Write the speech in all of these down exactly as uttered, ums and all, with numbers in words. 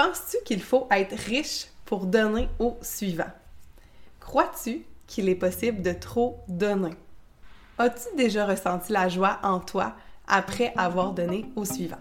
Penses-tu qu'il faut être riche pour donner au suivant? Crois-tu qu'il est possible de trop donner? As-tu déjà ressenti la joie en toi après avoir donné au suivant?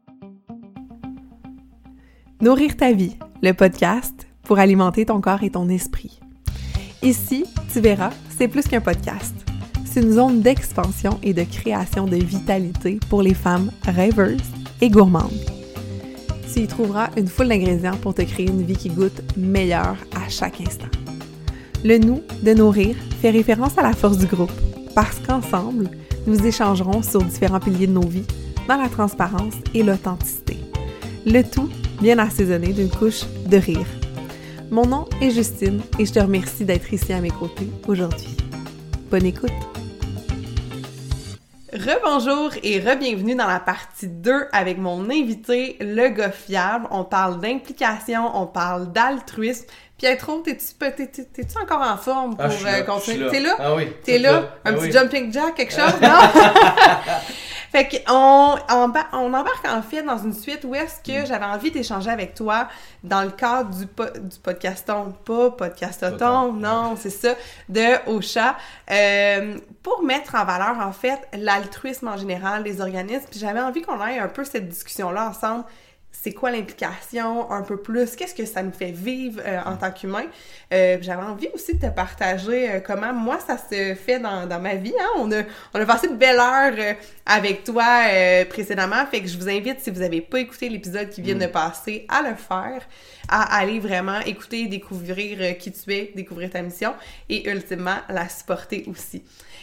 Nourrir ta vie, le podcast pour alimenter ton corps et ton esprit. Ici, tu verras, c'est plus qu'un podcast. C'est une zone d'expansion et de création de vitalité pour les femmes rêveuses et gourmandes. Tu y trouveras une foule d'ingrédients pour te créer une vie qui goûte meilleure à chaque instant. Le « nous » de nourrir fait référence à la force du groupe, parce qu'ensemble, nous échangerons sur différents piliers de nos vies dans la transparence et l'authenticité. Le tout bien assaisonné d'une couche de rire. Mon nom est Justine et je te remercie d'être ici à mes côtés aujourd'hui. Bonne écoute! Rebonjour et re-bienvenue dans la partie deux avec mon invité, le gars fiable. On parle d'implication, on parle d'altruisme. Pietro, t'es-tu, t'es-tu, t'es-tu encore en forme pour ah, euh, continuer? Là. T'es là? Ah oui. T'es là? là? Un ah petit oui. jumping jack, quelque chose? Non? Fait qu'on emba- on embarque en fait dans une suite où est-ce que j'avais envie d'échanger avec toi dans le cadre du, po- du podcaston, pas podcastoton, non, c'est ça, de Ocha, euh, pour mettre en valeur en fait l'altruisme en général, les organismes, puis j'avais envie qu'on ait un peu cette discussion-là ensemble. C'est quoi l'implication, un peu plus, qu'est-ce que ça nous fait vivre euh, en tant qu'humain. Euh, j'avais envie aussi de te partager euh, comment moi ça se fait dans, dans ma vie. Hein? On a, on a passé de belles heures euh, avec toi euh, précédemment, fait que je vous invite, si vous n'avez pas écouté l'épisode qui vient mm. de passer, à le faire, à aller vraiment écouter, découvrir euh, qui tu es, découvrir ta mission et ultimement la supporter aussi.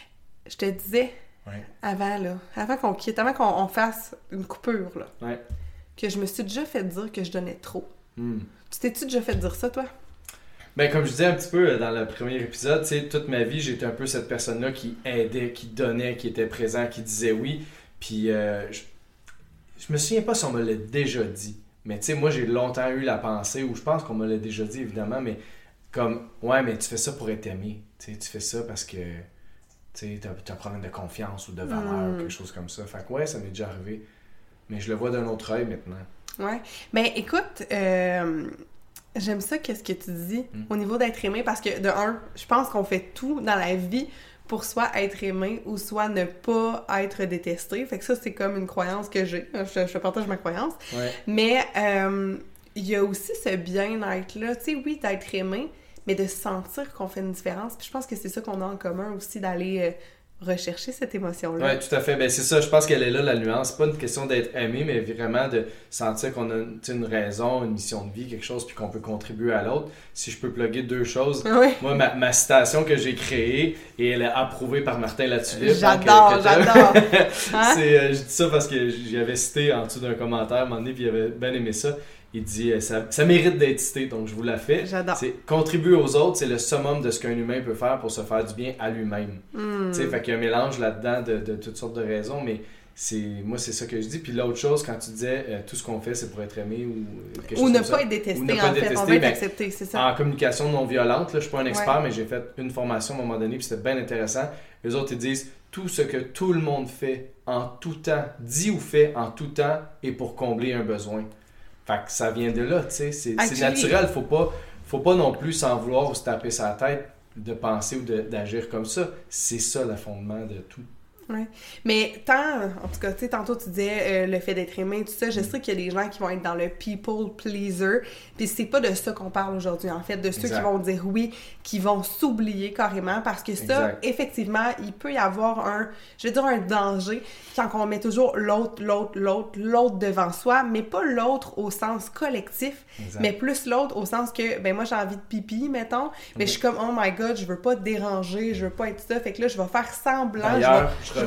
Je te disais, ouais. avant là, avant qu'on quitte, avant qu'on on fasse une coupure là, ouais. que je me suis déjà fait dire que je donnais trop. Mm. Tu t'es-tu déjà fait dire ça, toi? Ben, comme je disais un petit peu dans le premier épisode, tu sais, toute ma vie, j'étais un peu cette personne-là qui aidait, qui donnait, qui était présent, qui disait oui. Puis, euh, je, je me souviens pas si on me l'a déjà dit. Mais tu sais, moi, j'ai longtemps eu la pensée, ou je pense qu'on me l'a déjà dit, évidemment, mais comme, ouais, mais tu fais ça pour être aimé. Tu sais, tu fais ça parce que, tu sais, t'as, t'as un problème de confiance ou de valeur, mm. ou quelque chose comme ça. Fait que, ouais, ça m'est déjà arrivé. Mais je le vois d'un autre œil maintenant. Ouais. Ben, écoute, euh, j'aime ça, qu'est-ce que tu dis mm. au niveau d'être aimé, parce que, de un, je pense qu'on fait tout dans la vie pour soit être aimé ou soit ne pas être détesté. Fait que ça, c'est comme une croyance que j'ai. Je, je partage ma croyance. Ouais. Mais euh, il y a aussi ce bien-être-là. Tu sais, oui, d'être aimé, mais de sentir qu'on fait une différence. Puis je pense que c'est ça qu'on a en commun aussi, d'aller... Euh, rechercher cette émotion-là. Oui, tout à fait. Ben, c'est ça, je pense qu'elle est là, la nuance. C'est pas une question d'être aimé, mais vraiment de sentir qu'on a une, une raison, une mission de vie, quelque chose, puis qu'on peut contribuer à l'autre. Si je peux plugger deux choses, oui. moi, ma, ma citation que j'ai créée, et elle est approuvée par Martin Latulippe. J'adore, que, que j'adore! Hein? c'est, euh, je dis ça parce que j'y avais cité en dessous d'un commentaire, à un moment donné, puis il avait bien aimé ça. Il dit ça, ça mérite d'être cité, donc je vous la fais. J'adore. C'est contribuer aux autres, c'est le summum de ce qu'un humain peut faire pour se faire du bien à lui-même. Mm. Tu sais, fait qu'il y a un mélange là-dedans de, de toutes sortes de raisons, mais c'est moi c'est ça que je dis. Puis l'autre chose, quand tu disais euh, tout ce qu'on fait, c'est pour être aimé ou quelque ou chose ne comme pas ça. être détesté, ou ne en pas fait, détester, on va être ben, accepté, c'est ça. En communication non violente, là, je suis pas un expert, ouais. mais j'ai fait une formation à un moment donné, puis c'était bien intéressant. Les autres, ils disent tout ce que tout le monde fait en tout temps, dit ou fait en tout temps, est pour combler un besoin. Fait que ça vient de là, tu sais, c'est, c'est naturel, faut pas, faut pas non plus s'en vouloir ou se taper sa tête de penser ou de, d'agir comme ça. C'est ça le fondement de tout. Oui. Mais tant, en tout cas, tu sais, tantôt tu disais euh, le fait d'être aimé, tout ça, je sais qu'il y a des gens qui vont être dans le people pleaser, puis c'est pas de ça qu'on parle aujourd'hui, en fait, de ceux exact. Qui vont dire oui, qui vont s'oublier carrément, parce que ça, exact. Effectivement, il peut y avoir un, je veux dire, un danger quand on met toujours l'autre, l'autre, l'autre, l'autre devant soi, mais pas l'autre au sens collectif, exact. Mais plus l'autre au sens que, ben moi j'ai envie de pipi, mettons, mais oui. Je suis comme, oh my god, je veux pas te déranger, je veux pas être ça, fait que là, je vais faire semblant, D'ailleurs, je vais... Je,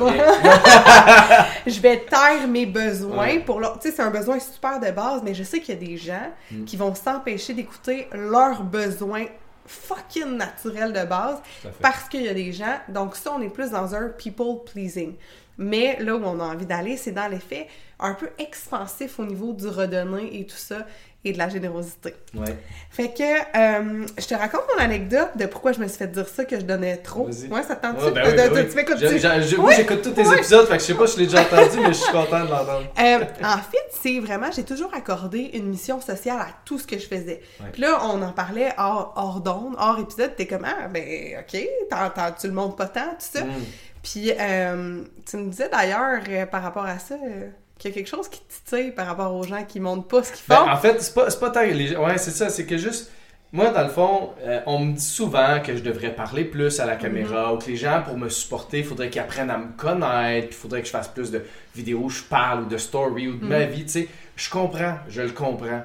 vais... je vais taire mes besoins ouais. pour leur... Tu sais, c'est un besoin super de base, mais je sais qu'il y a des gens mm. qui vont s'empêcher d'écouter leurs besoins fucking naturels de base parce qu'il y a des gens... Donc ça, on est plus dans un people pleasing. Mais là où on a envie d'aller, c'est dans l'effet un peu expansif au niveau du redonner et tout ça, et de la générosité. Ouais. Fait que, euh, je te raconte mon anecdote de pourquoi je me suis fait dire ça, que je donnais trop. Vas-y. Ouais, ça te tente-tu? Ouais, ben de, oui, de, ben de, oui. tu m'écoutes-tu? J'ai- j'ai- j'ai- Oui. Moi, j'écoute tous tes Oui. épisodes, fait que je sais pas si je l'ai déjà entendu, mais je suis content de l'entendre. Euh, en fait, c'est vraiment, j'ai toujours accordé une mission sociale à tout ce que je faisais. Ouais. Puis là, on en parlait hors, hors d'onde, hors épisode, t'es comme, ah, ben, OK, t'en, t'en- tu le montres pas tant, tout ça. Mm. Puis, euh, tu me disais d'ailleurs, euh, par rapport à ça, euh, qu'il y a quelque chose qui te titille par rapport aux gens qui montrent pas ce qu'ils font. Ben, en fait, c'est pas, c'est pas tant... Les... Ouais, c'est ça, c'est que juste... Moi, dans le fond, euh, on me dit souvent que je devrais parler plus à la caméra, Mm-hmm. ou que les gens, pour me supporter, il faudrait qu'ils apprennent à me connaître, puis il faudrait que je fasse plus de vidéos où je parle, ou de stories, ou de ma Mm-hmm. vie, tu sais. Je comprends, je le comprends.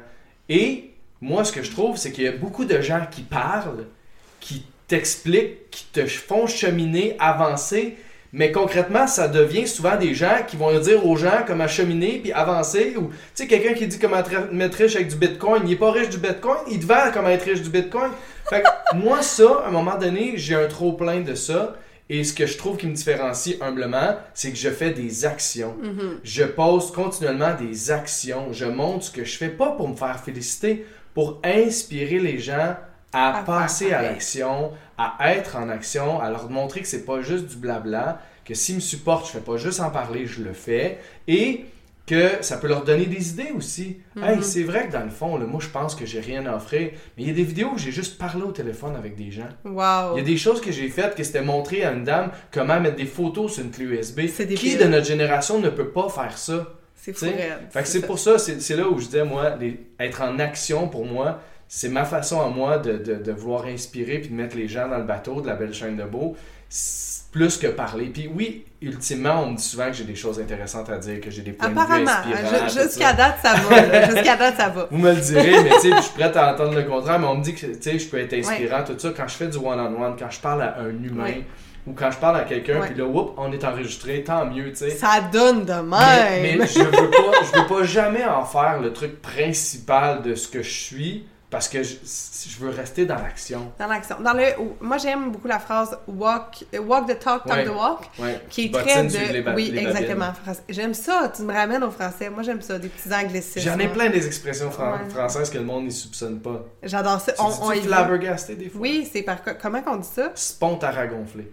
Et moi, ce que je trouve, c'est qu'il y a beaucoup de gens qui parlent, qui t'expliquent, qui te font cheminer, avancer, mais concrètement, ça devient souvent des gens qui vont dire aux gens comment cheminer puis avancer. Ou, tu sais, quelqu'un qui dit comment être riche avec du Bitcoin, il n'est pas riche du Bitcoin, il te vend comment être riche du Bitcoin. Fait que moi, ça, à un moment donné, j'ai un trop-plein de ça. Et ce que je trouve qui me différencie humblement, c'est que je fais des actions. Mm-hmm. Je pose continuellement des actions. Je montre ce que je fais, pas pour me faire féliciter, pour inspirer les gens à, À passer faire à pareil. l'action, à être en action, à leur montrer que c'est pas juste du blabla, que s'ils me supportent, je fais pas juste en parler, je le fais, et que ça peut leur donner des idées aussi. Mm-hmm. Hey, c'est vrai que dans le fond, là, moi je pense que j'ai rien à offrir, mais il y a des vidéos où j'ai juste parlé au téléphone avec des gens. Wow! Il y a des choses que j'ai faites que c'était montrer à une dame comment mettre des photos sur une clé U S B. C'est des Qui pires. de notre génération ne peut pas faire ça? C'est T'sais? fou raide. Fait que c'est ça. pour ça, c'est c'est là où je disais, moi, les- être en action pour moi, c'est ma façon à moi de, de, de vouloir inspirer puis de mettre les gens dans le bateau de la belle chaîne de Beau, c'est plus que parler. Puis oui, ultimement, on me dit souvent que j'ai des choses intéressantes à dire, que j'ai des points de vue Apparemment, inspirants. ju- tout jusqu'à ça. date, ça va. là. Jusqu'à date, ça va. Vous me le direz, mais tu sais, je suis prête à entendre le contraire, mais on me dit que tu sais, je peux être inspirant, tout ça. Quand je fais du one-on-one, quand je parle à un humain, Ouais. ou quand je parle à quelqu'un, Ouais. puis là, whoop, on est enregistré, tant mieux, tu sais. Ça donne de Mais, même. mais je veux pas, je veux pas jamais en faire le truc principal de ce que je suis, parce que je, je veux rester dans l'action. Dans l'action. Dans le, moi, j'aime beaucoup la phrase walk, walk the talk, talk Ouais. the walk, Ouais. qui est Bottines très suivent de. les ba- oui, les exactement. babines. français. J'aime ça. Tu me ramènes au français. Moi, j'aime ça. Des petits anglicismes. J'en ai plein des expressions fran- Ouais. françaises que le monde n'y soupçonne pas. J'adore ça. Tu On, dis-tu on y va. flabbergasté des fois? Oui, c'est par. Comment qu'on dit ça? Spontaragonflé.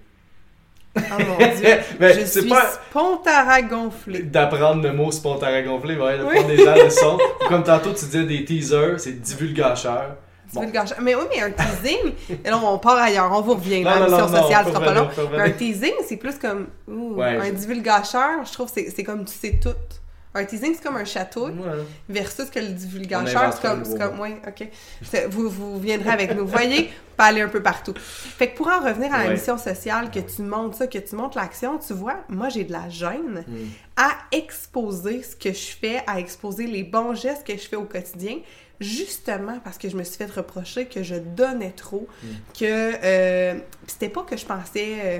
Oh mon Dieu. Mais Je c'est suis pas- spontaragonflée. D'apprendre le mot spontaragonflé, ouais, de Oui. prendre des gens le son. Ou comme tantôt, tu disais des teasers, c'est divulgacheur. Bon. Divulgation. Mais oui, mais un teasing, et là, on part ailleurs, on vous revient. Non, La non, mission non, non, sociale faut sera pas revenir, long. faut Mais revenir. un teasing, c'est plus comme ouh, Ouais, un je- divulgacheur, je trouve que c'est c'est comme tu sais tout. Un teasing, c'est comme un château, Ouais. versus que le On divulgacheur, invente c'est comme. un C'est nouveau comme oui, ok. C'est- Vous, vous viendrez avec nous. Vous voyez, on peut aller un peu partout. Fait que pour en revenir à la Ouais. mission sociale, que tu montres ça, que tu montres l'action, tu vois, moi, j'ai de la gêne Mm. à exposer ce que je fais, à exposer les bons gestes que je fais au quotidien, justement parce que je me suis fait reprocher que je donnais trop, Mm. que euh, pis c'était pas que je pensais euh,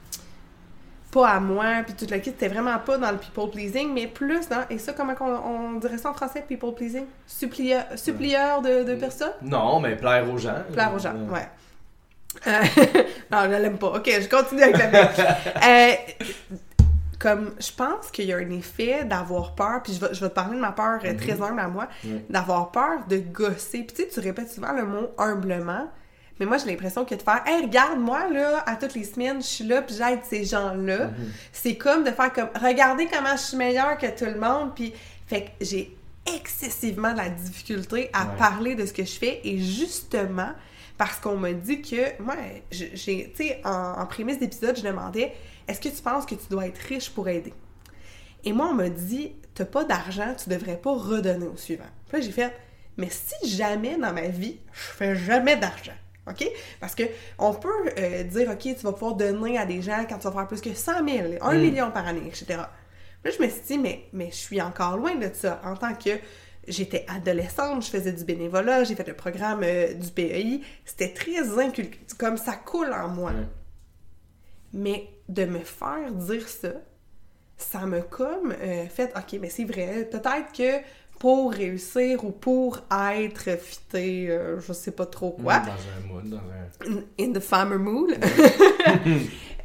pas à moi, puis tout le kit, c'était vraiment pas dans le people pleasing, mais plus dans, et ça, comment on, on dirait ça en français, people pleasing? Supplieur, supplieur de, de personnes? Non, mais plaire aux gens. Plaire aux gens, Euh, ouais. Euh, non, je l'aime pas. Ok, je continue avec la blague. euh, Comme, je pense qu'il y a un effet d'avoir peur, puis je vais, je vais te parler de ma peur euh, très humble à moi, Mhm. d'avoir peur de gosser. Puis tu sais, tu répètes souvent le mot humblement, mais moi, j'ai l'impression que de faire « Hey, regarde-moi, là, à toutes les semaines, je suis là, puis j'aide ces gens-là. Mhm. C'est comme de faire comme « Regardez comment je suis meilleure que tout le monde. » Puis, fait que j'ai excessivement de la difficulté à Ouais. parler de ce que je fais, et justement, parce qu'on m'a dit que, moi, je- j'ai, tu sais, en, en prémisse d'épisode, je demandais « Est-ce que tu penses que tu dois être riche pour aider? » Et moi, on m'a dit « T'as pas d'argent, tu devrais pas redonner au suivant. » Puis là, j'ai fait « Mais si jamais dans ma vie, je fais jamais d'argent, OK? Parce que on peut euh, dire « Ok, tu vas pouvoir donner à des gens quand tu vas faire plus que cent mille, un Mm. million par année, et cetera. » Puis là, je me suis dit, mais, mais je suis encore loin de ça. En tant que j'étais adolescente, je faisais du bénévolat, j'ai fait le programme euh, du P E I. C'était très inculqué, comme ça coule en moi. Ouais. Mais de me faire dire ça, ça m'a comme euh, fait, OK, mais c'est vrai, peut-être que pour réussir ou pour être fité, euh, je sais pas trop quoi, Dans un mood, dans un... in the farmer mood,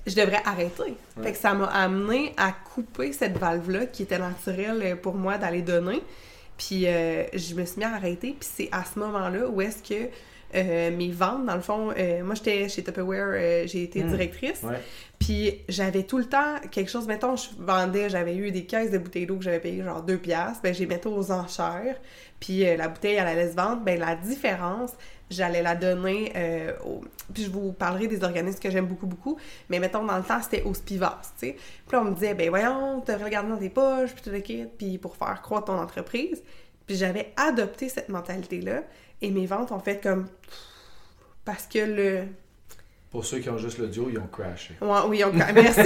je devrais arrêter. Ouais. Fait que ça m'a amené à couper cette valve-là qui était naturelle pour moi d'aller donner. Puis euh, je me suis mis à arrêter. Puis c'est à ce moment-là où est-ce que euh, mes ventes, dans le fond, euh, moi j'étais chez Tupperware, euh, j'ai été mmh. directrice. Ouais. Puis j'avais tout le temps quelque chose, mettons, je vendais, j'avais eu des caisses de bouteilles d'eau que j'avais payé genre deux piastres, ben j'ai mettais aux enchères, puis euh, la bouteille, elle allait se vendre, ben la différence, j'allais la donner, euh, au... puis je vous parlerai des organismes que j'aime beaucoup, beaucoup, mais mettons, dans le temps, c'était au Spivas, tu sais. Puis là, on me disait, ben voyons, tu devrais regarder dans tes poches, puis tout le kit, puis pour faire croître ton entreprise. Puis j'avais adopté cette mentalité-là, et mes ventes ont fait comme... Parce que le... Pour ceux qui ont juste l'audio, ils ont crashé. Ouais, oui, ils ont crashé. Merci!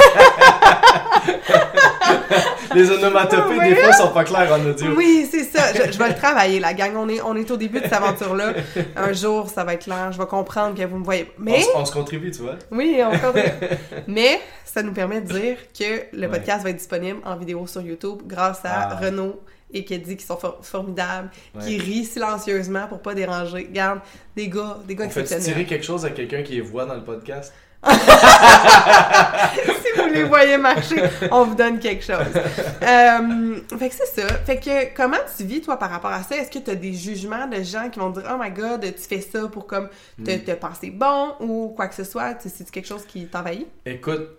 Les onomatopées, oui. Des fois, sont pas claires en audio. Oui, c'est ça. Je, je vais le travailler, la gang. On est, on est au début de cette aventure-là. Un jour, ça va être clair. Je vais comprendre que vous me voyez. Mais... On, on se contribue, tu vois. Oui, on se contribue. Mais ça nous permet de dire que le podcast ouais. va être disponible en vidéo sur YouTube grâce à ah. Renaud et Keddy qui sont for- formidables, ouais. qui rient silencieusement pour pas déranger. Regarde, des gars, des gars on exceptionnels. On fait tirer quelque chose à quelqu'un qui les voit dans le podcast? Si vous les voyez marcher, on vous donne quelque chose. Euh, fait que c'est ça. Fait que comment tu vis, toi, par rapport à ça? Est-ce que tu as des jugements de gens qui vont te dire « Oh my God, tu fais ça pour comme te, te penser bon » ou quoi que ce soit? C'est-tu quelque chose qui t'envahit? Écoute,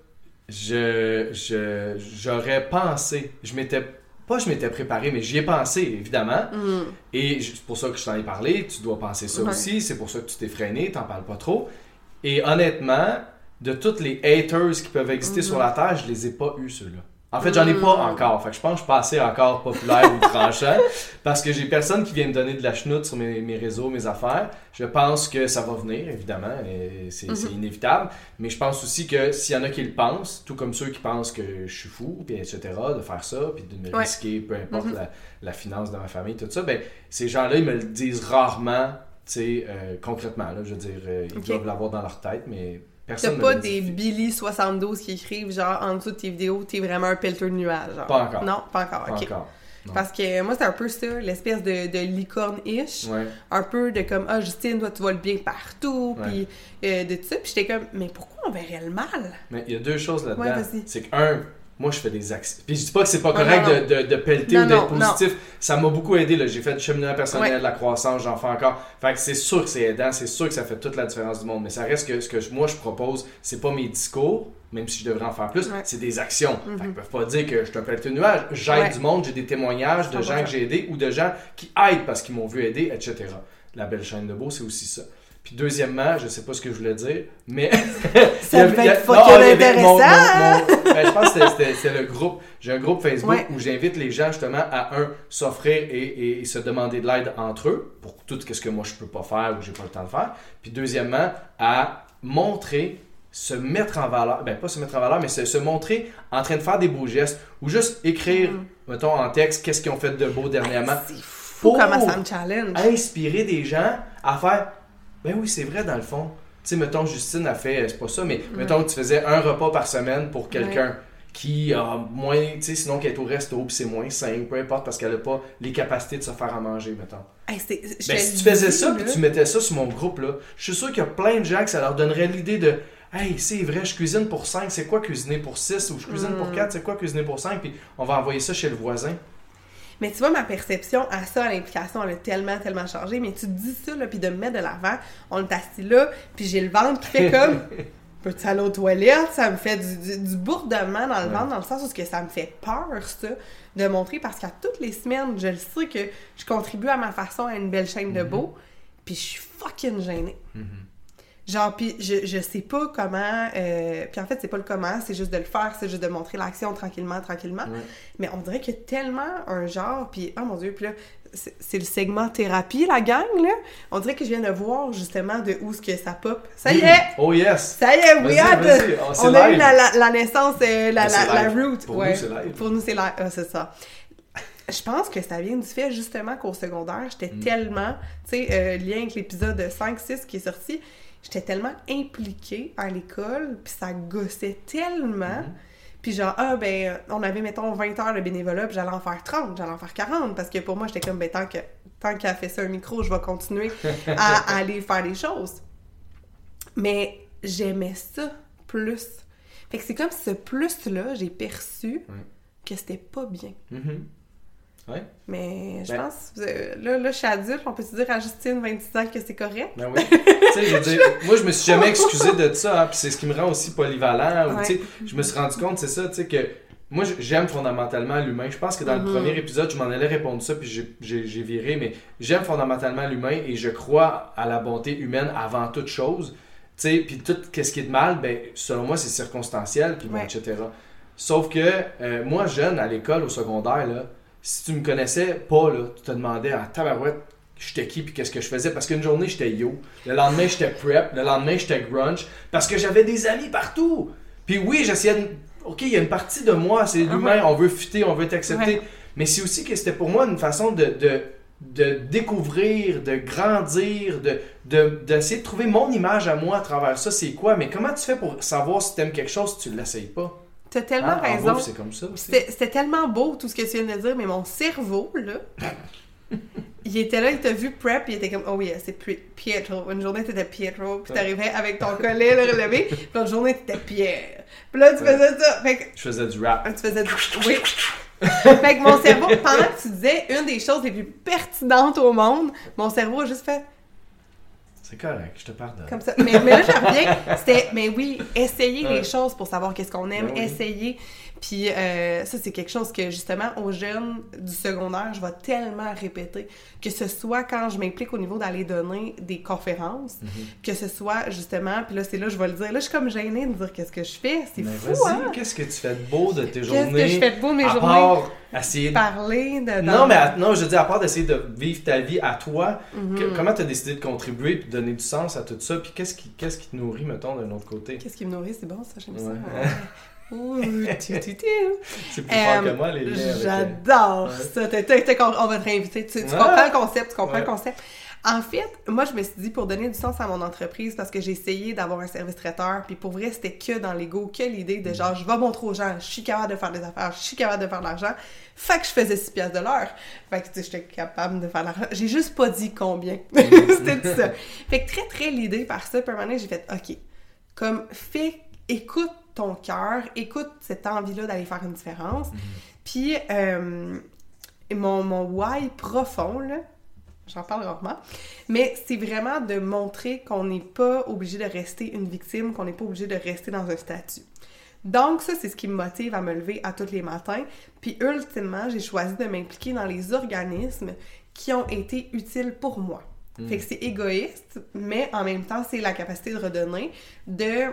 je, je j'aurais pensé, je m'étais Pas je m'étais préparé, mais j'y ai pensé, évidemment. Mm. Et c'est pour ça que je t'en ai parlé. Tu dois penser ça ouais. aussi. C'est pour ça que tu t'es freiné. T'en parles pas trop. Et honnêtement, de toutes les haters qui peuvent exister mm-hmm. sur la Terre, je les ai pas eu, ceux-là. En fait, j'en ai pas encore. Fait que je pense que je suis pas assez encore populaire ou tranchant. Parce que j'ai personne qui vient me donner de la chenoute sur mes, mes réseaux, mes affaires. Je pense que ça va venir, évidemment. Et c'est, mm-hmm. c'est inévitable. Mais je pense aussi que s'il y en a qui le pensent, tout comme ceux qui pensent que je suis fou, puis et cetera, de faire ça, puis de me ouais. risquer, peu importe mm-hmm. la, la finance de ma famille, tout ça, ben ces gens-là, ils me le disent rarement, tu sais, euh, concrètement. Là, je veux dire, euh, ils okay. doivent l'avoir dans leur tête, mais... T'as pas des Billy soixante-douze qui écrivent genre en dessous de tes vidéos, t'es vraiment un pelleteur de nuages. Genre. Pas encore. Non, pas encore. Pas ok. encore. Non. Parce que moi, c'est un peu ça, l'espèce de, de licorne-ish. Ouais. Un peu de comme, ah, Justine, toi, tu voles bien partout, ouais. puis euh, de tout ça. Puis j'étais comme, mais pourquoi on verrait le mal? Mais il y a deux choses là-dedans. Ouais, vas-y. C'est que, un, moi, je fais des actions. Puis je dis pas que c'est pas correct non, non. De, de, de pelleter non, ou d'être non, positif. Non. Ça m'a beaucoup aidé. Là. J'ai fait du cheminement personnel, ouais. de la croissance, j'en fais encore. Fait que c'est sûr que c'est aidant, c'est sûr que ça fait toute la différence du monde. Mais ça reste que ce que je, moi je propose, c'est pas mes discours, même si je devrais en faire plus, ouais. c'est des actions. Mm-hmm. Fait qu'ils peuvent pas dire que je suis un pelleteur de nuages. J'aide ouais. du monde, j'ai des témoignages de gens que j'ai aidés ou de gens qui aident parce qu'ils m'ont vu aider, et cetera. La belle chaîne de Beau, c'est aussi ça. Puis deuxièmement, je sais pas ce que je voulais dire, mais... ça devait être fucking intéressant! Mon, mon, mon, ben, je pense que c'était, c'était, c'était le groupe. J'ai un groupe Facebook ouais. où j'invite les gens justement à, un, s'offrir et, et, et se demander de l'aide entre eux pour tout ce que moi je peux pas faire ou j'ai pas le temps de faire. Puis deuxièmement, à montrer, se mettre en valeur, ben pas se mettre en valeur, mais se, se montrer en train de faire des beaux gestes ou juste écrire, mm. mettons en texte, qu'est-ce qu'ils ont fait de beau dernièrement. C'est fou comment ça me challenge! Inspirer des gens à faire... Ben oui, c'est vrai dans le fond. Tu sais, mettons, Justine a fait, c'est pas ça, mais mm. mettons que tu faisais un repas par semaine pour quelqu'un ouais. qui a moins, tu sais, sinon qu'elle est au resto, puis c'est moins cinq, peu importe, parce qu'elle a pas les capacités de se faire à manger, mettons. Hey, c'est, ben si tu faisais ça, puis tu mettais ça sur mon groupe, là, je suis sûr qu'il y a plein de gens que ça leur donnerait l'idée de « Hey, c'est vrai, je cuisine pour cinq, c'est quoi cuisiner pour six? Ou je cuisine mm. pour quatre, c'est quoi cuisiner pour cinq? » Puis on va envoyer ça chez le voisin. Mais tu vois, ma perception à ça, à l'implication, elle a tellement, tellement changé. Mais tu te dis ça, là, puis de me mettre de l'avant, on est assis là, puis j'ai le ventre qui fait comme... Peux-tu aller aux toilettes? Ça me fait du, du, du bourdonnement dans le ouais. ventre, dans le sens où que ça me fait peur, ça, de montrer, parce qu'à toutes les semaines, je le sais que je contribue à ma façon à une belle chaîne mm-hmm. de Beau, puis je suis fucking gênée. Mm-hmm. Genre, puis je, je sais pas comment... Euh, puis en fait, c'est pas le comment, c'est juste de le faire, c'est juste de montrer l'action tranquillement, tranquillement. Ouais. Mais on dirait qu'il y a tellement un genre, puis oh mon Dieu, puis là, c'est, c'est le segment thérapie, la gang, là. On dirait que je viens de voir, justement, de où ce que ça pop. Ça y est! Oh yes! Ça y est, oui, vas-y, oh, on a eu la, la, la naissance, euh, la, la, la root. Pour ouais. nous, c'est live. Pour nous, c'est live. Ah, c'est ça. Je pense que ça vient du fait, justement, qu'au secondaire, j'étais mm. tellement... Tu sais, euh, lien avec l'épisode cinq six qui est sorti... J'étais tellement impliquée à l'école, puis ça gossait tellement. Mm-hmm. Puis genre, ah ben, on avait, mettons, vingt heures de bénévolat, puis j'allais en faire trente, j'allais en faire quarante, parce que pour moi, j'étais comme, ben, tant, que, tant qu'elle a fait ça un micro, je vais continuer à, à aller faire des choses. Mais j'aimais ça plus Fait que c'est comme ce plus-là, j'ai perçu ouais. que c'était pas bien. Mm-hmm. Ouais. Mais je ben, pense, euh, là, là, je suis adulte, on peut se dire à Justine, vingt-six ans, que c'est correct? Ben oui. Tu sais, je veux dire, moi, je me suis jamais excusé de ça, hein, puis c'est ce qui me rend aussi polyvalent. Ou, Ouais. tu sais, je me suis rendu compte, c'est ça, tu sais, que moi, j'aime fondamentalement l'humain. Je pense que dans mm-hmm. le premier épisode, je m'en allais répondre ça, puis j'ai, j'ai, j'ai viré, mais j'aime fondamentalement l'humain et je crois à la bonté humaine avant toute chose. Tu sais, puis tout ce qui est de mal, ben, selon moi, c'est circonstanciel, puis bon, ouais. et cetera. Sauf que euh, moi, jeune, à l'école, au secondaire, là, si tu me connaissais pas, là, tu te demandais à tabarouette, j'étais qui puis qu'est-ce que je faisais. Parce qu'une journée, j'étais yo. Le lendemain, j'étais prep. Le lendemain, j'étais grunge. Parce que j'avais des amis partout. Puis oui, j'essayais de... OK, il y a une partie de moi, c'est l'humain. Uh-huh. On veut fitter, on veut t'accepter. Ouais. Mais c'est aussi que c'était pour moi une façon de... de de découvrir, de grandir, de, de, d'essayer de trouver mon image à moi à travers ça, c'est quoi? Mais comment tu fais pour savoir si tu aimes quelque chose si tu ne l'essayes pas? T'as tellement hein? raison. En bouffe, c'est comme ça aussi. C'était, c'était tellement beau tout ce que tu viens de dire, mais mon cerveau, là, il était là, il t'a vu prep, il était comme, oh yeah, c'est Pietro. Une journée, t'étais Pietro, puis t'arrivais avec ton collet le relevé, puis l'autre journée, t'étais Pierre. Puis là, tu faisais ça. Fait que, je faisais du rap. Tu faisais du... Oui. Fait que mon cerveau, pendant que tu disais une des choses les plus pertinentes au monde, mon cerveau a juste fait... C'est correct, je te pardonne. Comme ça. Mais, mais là, je reviens, c'était, mais oui, essayer ouais. les choses pour savoir qu'est-ce qu'on aime, oui. essayer. Puis euh, ça, c'est quelque chose que, justement, aux jeunes du secondaire, je vais tellement répéter. Que ce soit quand je m'implique au niveau d'aller donner des conférences, mm-hmm. que ce soit, justement, puis là, c'est là, je vais le dire. Là, je suis comme gênée de dire qu'est-ce que je fais. C'est mais fou, vas-y, hein? Qu'est-ce que tu fais de beau de tes qu'est-ce journées? Qu'est-ce que je fais de beau de mes à journées? Part essayer de... Parler de... Non, mais à, non, je veux dire, à part d'essayer de vivre ta vie à toi, mm-hmm. que, comment tu as décidé de contribuer et de donner du sens à tout ça? Puis qu'est-ce qui, qu'est-ce qui te nourrit, mettons, d'un autre côté? Qu'est-ce qui me nourrit? C'est bon, ça, j'aime ouais. ça. Ouh, tu, tu, tu. C'est plus fort que moi, les liens. J'adore avec... ça. T'es, t'es, t'es, on va te réinviter. Tu, tu ouais. comprends le concept, tu comprends ouais. le concept. En fait, moi, je me suis dit, pour donner du sens à mon entreprise, parce que j'ai essayé d'avoir un service traiteur, puis pour vrai, c'était que dans l'ego, que l'idée de genre, je vais montrer aux gens, je suis capable de faire des affaires, je suis capable de faire de l'argent. Fait que je faisais six piastres de l'heure. Fait que, tu sais, j'étais capable de faire de l'argent. J'ai juste pas dit combien. C'était tout ça. Fait que très, très l'idée par ça, puis à un moment donné, j'ai fait, OK, comme, fais, écoute ton cœur, écoute cette envie-là d'aller faire une différence. Mm-hmm. Puis, euh, mon, mon why profond, là, j'en parle rarement, mais c'est vraiment de montrer qu'on n'est pas obligé de rester une victime, qu'on n'est pas obligé de rester dans un statut. Donc, ça, c'est ce qui me motive à me lever à tous les matins. Puis, ultimement, j'ai choisi de m'impliquer dans les organismes qui ont été utiles pour moi. Mm. Fait que c'est égoïste, mais en même temps, c'est la capacité de redonner, de...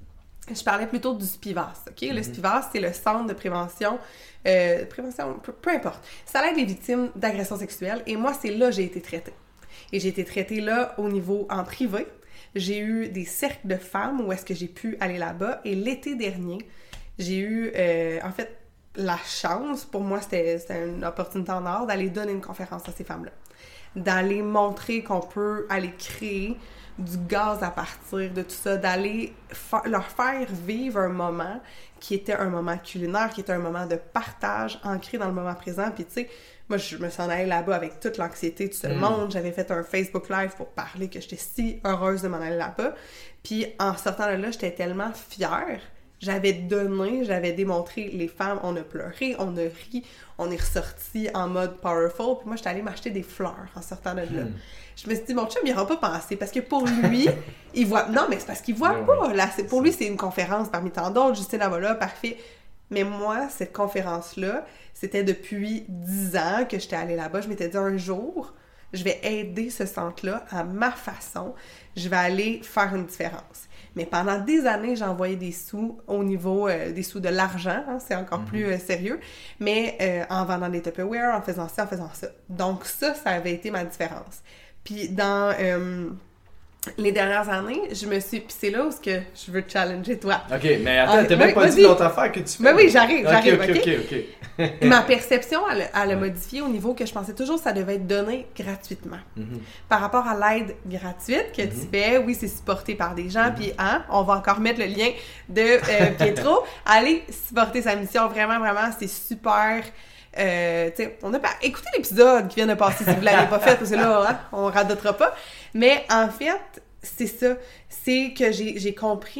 Je parlais plutôt du SPIVAS, OK? Mm-hmm. Le SPIVAS, c'est le centre de prévention, euh, prévention, peu, peu importe. Ça aide les victimes d'agressions sexuelles, et moi, c'est là que j'ai été traitée. Et j'ai été traitée là au niveau en privé. J'ai eu des cercles de femmes où est-ce que j'ai pu aller là-bas, et l'été dernier, j'ai eu, euh, en fait, la chance, pour moi, c'était, c'était une opportunité en or, d'aller donner une conférence à ces femmes-là. D'aller montrer qu'on peut aller créer du gaz à partir de tout ça, d'aller fa- leur faire vivre un moment qui était un moment culinaire, qui était un moment de partage ancré dans le moment présent. Puis tu sais, moi je me suis en allée là-bas avec toute l'anxiété de tout ce mm. monde. J'avais fait un Facebook Live pour parler que j'étais si heureuse de m'en aller là-bas. Puis en sortant de là, j'étais tellement fière. J'avais donné, j'avais démontré, les femmes, on a pleuré, on a ri, on est ressorti en mode powerful. Puis moi, j'étais allée m'acheter des fleurs en sortant de là. Mm. Je me suis dit, mon chum, il n'aura pas pensé. Parce que pour lui, il voit... Non, mais c'est parce qu'il voit oui, pas. Là. C'est... Pour lui, c'est une conférence parmi tant d'autres. Justine Avola, parfait. Mais moi, cette conférence-là, c'était depuis dix ans que j'étais allée là-bas. Je m'étais dit, un jour, je vais aider ce centre-là à ma façon. Je vais aller faire une différence. Mais pendant des années, j'ai envoyé des sous au niveau euh, des sous de l'argent. Hein, c'est encore mm-hmm. plus euh, sérieux. Mais euh, en vendant des Tupperware, en faisant ça, en faisant ça. Donc ça, ça avait été ma différence. Puis dans euh, les dernières années, je me suis... Puis c'est là où que je veux te challenger, toi. OK, mais attends, ah, t'as même oui, pas vas-y. dit l'autre affaire que tu fais. Ben oui, j'arrive, okay, j'arrive, OK, OK? OK, OK. okay. Ma perception, elle, elle a modifié au niveau que je pensais toujours que ça devait être donné gratuitement. Mm-hmm. Par rapport à l'aide gratuite que mm-hmm. tu fais, oui, c'est supporté par des gens, mm-hmm. puis hein, on va encore mettre le lien de euh, Pietro. Allez supporter sa mission, vraiment, vraiment, c'est super... Euh, on a pas écoutez l'épisode qui vient de passer si vous l'avez pas fait parce que là hein, on radotera pas, mais en fait c'est ça, c'est que j'ai, j'ai compris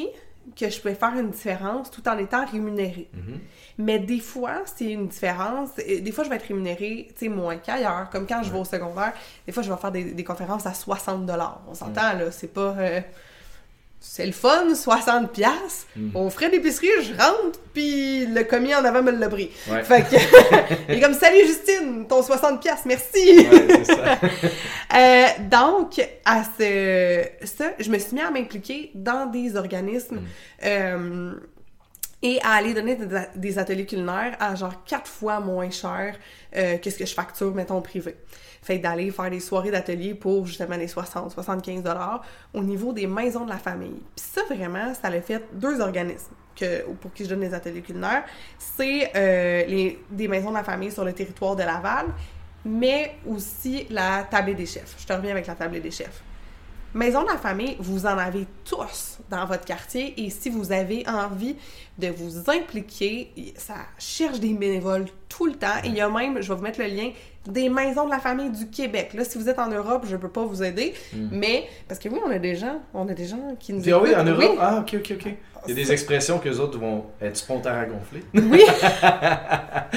que je pouvais faire une différence tout en étant rémunérée. Mm-hmm. Mais des fois, c'est une différence. Des fois, je vais être rémunérée, tu sais, moins qu'ailleurs. Comme quand je vais au secondaire, des fois, je vais faire des, des conférences à soixante dollars. On s'entend, mm. là, c'est pas... Euh, c'est le fun, soixante piastres. Mm. Au frais d'épicerie, je rentre, puis le commis en avant me l'a pris. Ouais. Fait que... il est comme, salut Justine, ton soixante piastres, merci! Ouais, c'est ça. euh, donc, à ce... ça, je me suis mis à m'impliquer dans des organismes... Mm. Euh, et à aller donner des ateliers culinaires à genre quatre fois moins cher euh, que ce que je facture, mettons, privé. Fait d'aller faire des soirées d'ateliers pour justement les soixante à soixante-quinze dollars au niveau des maisons de la famille. Puis ça, vraiment, ça l'a fait deux organismes que, pour qui je donne des ateliers culinaires. C'est euh, les, des maisons de la famille sur le territoire de Laval, mais aussi la tablée des chefs. Je te reviens avec la tablée des chefs. Maison de la famille, vous en avez tous dans votre quartier et si vous avez envie de vous impliquer, ça cherche des bénévoles tout le temps. Et il y a même, je vais vous mettre le lien, des maisons de la famille du Québec. Là, si vous êtes en Europe, je ne peux pas vous aider, mm. mais parce que oui, on a des gens, on a des gens qui nous écoutent. Oui, en Europe? Oui. Ah, ok, ok, ok. Il y a des expressions qu'eux autres vont être spontanés à gonfler. Oui! Ah,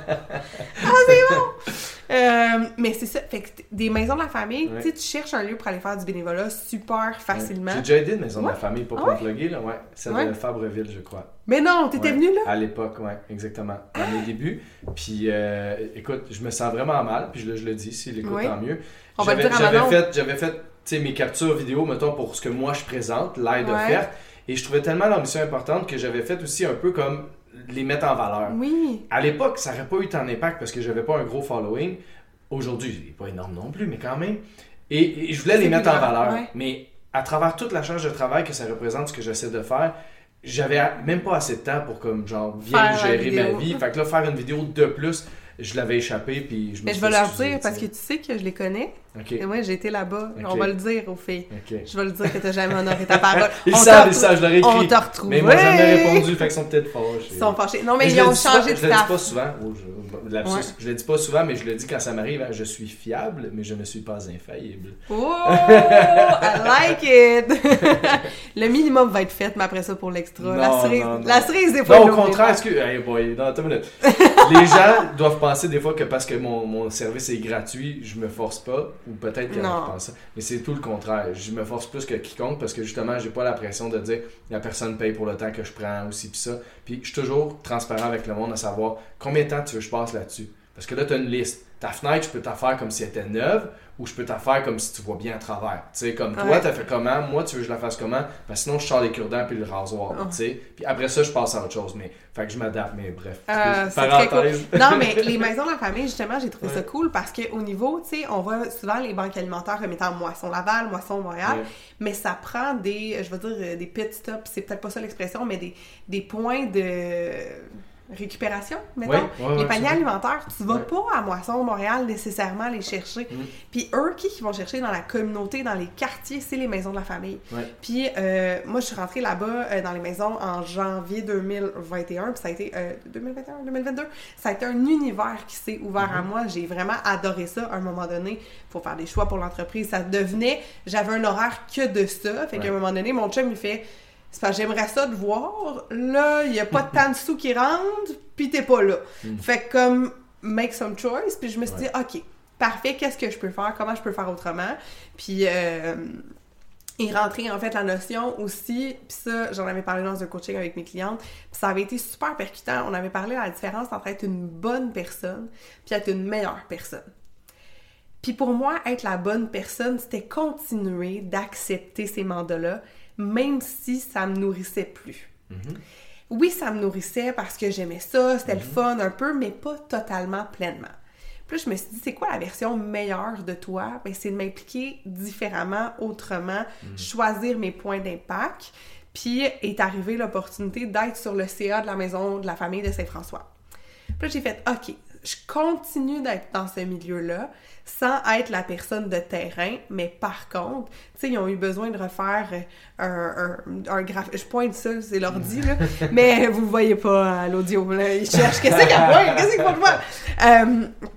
c'est bon! Euh, mais c'est ça, fait que des maisons de la famille, ouais. Tu sais, tu cherches un lieu pour aller faire du bénévolat super facilement. Ouais. J'ai déjà aidé une maison ouais. de la famille, pas pour ah, plugger, là, ouais. Celle ouais. de Fabreville, je crois. Mais non, t'étais ouais. venu là? À l'époque, ouais, exactement. Dans ah. mes débuts. Puis, euh, écoute, je me sens vraiment mal, puis là, je le dis, s'il écoute, ouais. tant mieux. On j'avais, va le dire à j'avais fait, j'avais fait, tu sais, mes captures vidéo, mettons, pour ce que moi je présente, l'aide ouais. offerte. Et je trouvais tellement leur mission importante que j'avais fait aussi un peu comme les mettre en valeur. Oui. À l'époque, ça n'aurait pas eu tant d'impact parce que j'avais pas un gros following. Aujourd'hui, il n'est pas énorme non plus, mais quand même. Et, et je voulais c'est les mettre en valeur. Ouais. Mais à travers toute la charge de travail que ça représente, ce que j'essaie de faire, j'avais même pas assez de temps pour comme genre bien faire gérer ma vie. Fait que là, faire une vidéo de plus, je l'avais échappé puis je me Mais je vais leur dire parce que tu sais que je les connais. Okay. Et moi, j'ai été là-bas. Okay. On va le dire aux filles. Okay. Je vais le dire que t'as jamais honoré ta parole. Ils savent, ils savent, je leur ai écrit. On t'a retrouvé. Mais moi, j'ai jamais répondu, fait qu'ils sont peut-être fâchés. Ils sont fâchés. Non, mais, mais ils ont changé de staff. Je le dis pas souvent. Oh, je, lapsus, ouais. je le dis pas souvent, mais je le dis quand ça m'arrive. Je suis fiable, mais je ne suis pas infaillible. Oh! I like it! Le minimum va être fait, mais après ça, pour l'extra. Non, la cerise, non, non. La cerise des fois. Non, au contraire, est-ce que. Hey boy, non, attends une minute. Les gens doivent penser des fois que parce que mon, mon service est gratuit, je me force pas. Ou peut-être qu'il y en a qui pensent ça. Mais c'est tout le contraire. Je me force plus que quiconque parce que justement, j'ai pas la pression de dire la personne paye pour le temps que je prends aussi pis ça. Puis je suis toujours transparent avec le monde à savoir combien de temps tu veux que je passe là-dessus. Parce que là, tu as une liste. Ta fenêtre, je peux t'en faire comme si elle était neuve ou je peux t'en faire comme si tu vois bien à travers. Tu sais, comme toi, ouais. t'as fait comment? Moi, tu veux que je la fasse comment? Parce que sinon, je sors les cure-dents puis le rasoir. Oh. Tu sais. Puis après ça, je passe à autre chose. Mais, fait que je m'adapte. Mais bref. Euh, c'est parenthèse. Cool. Non, mais les maisons de la famille, justement, j'ai trouvé ouais. ça cool parce qu'au niveau, tu sais, on voit souvent les banques alimentaires comme étant Moisson Laval, Moisson Montréal. Ouais. Mais ça prend des, je veux dire, des pit stops. C'est peut-être pas ça l'expression, mais des, des points de récupération, mettons. Ouais, ouais, les paniers alimentaires, tu vas ouais. pas à Moisson, Montréal, nécessairement les chercher. Mm. Puis eux, qui vont chercher dans la communauté, dans les quartiers, c'est les maisons de la famille. Ouais. Puis euh, moi, je suis rentrée là-bas euh, dans les maisons en janvier deux mille vingt et un, puis ça a été... Euh, deux mille vingt et un, deux mille vingt-deux? Ça a été un univers qui s'est ouvert mm-hmm. à moi. J'ai vraiment adoré ça. À un moment donné, il faut faire des choix pour l'entreprise. Ça devenait... J'avais un horaire que de ça. Fait ouais. qu'à un moment donné, mon chum, il fait... C'est parce que j'aimerais ça de voir. Là, il n'y a pas tant de sous qui rentrent, puis t'es pas là. Mm. Fait que comme, make some choice. Puis je me suis ouais. dit, OK, parfait, qu'est-ce que je peux faire? Comment je peux faire autrement? Puis, euh, et rentrer, en fait, la notion aussi, puis ça, j'en avais parlé dans un coaching avec mes clientes, puis ça avait été super percutant. On avait parlé de la différence entre être une bonne personne puis être une meilleure personne. Puis pour moi, être la bonne personne, c'était continuer d'accepter ces mandats-là, même si ça me nourrissait plus. Mm-hmm. Oui, ça me nourrissait parce que j'aimais ça, c'était mm-hmm. le fun un peu, mais pas totalement pleinement. Puis là, je me suis dit, c'est quoi la version meilleure de toi? Bien, c'est de m'impliquer différemment, autrement, mm-hmm. choisir mes points d'impact. Puis est arrivée l'opportunité d'être sur le C A de la maison de la famille de Saint-François. Puis là, j'ai fait, OK, je continue d'être dans ce milieu-là, sans être la personne de terrain, mais par contre, tu sais, ils ont eu besoin de refaire un, un, un graphique. Je pointe ça, c'est l'ordi, là, mais vous le voyez pas à l'audio, là. Ils cherchent, qu'est-ce qu'il y a pointe? Qu'est-ce qu'il faut que je vois? Euh,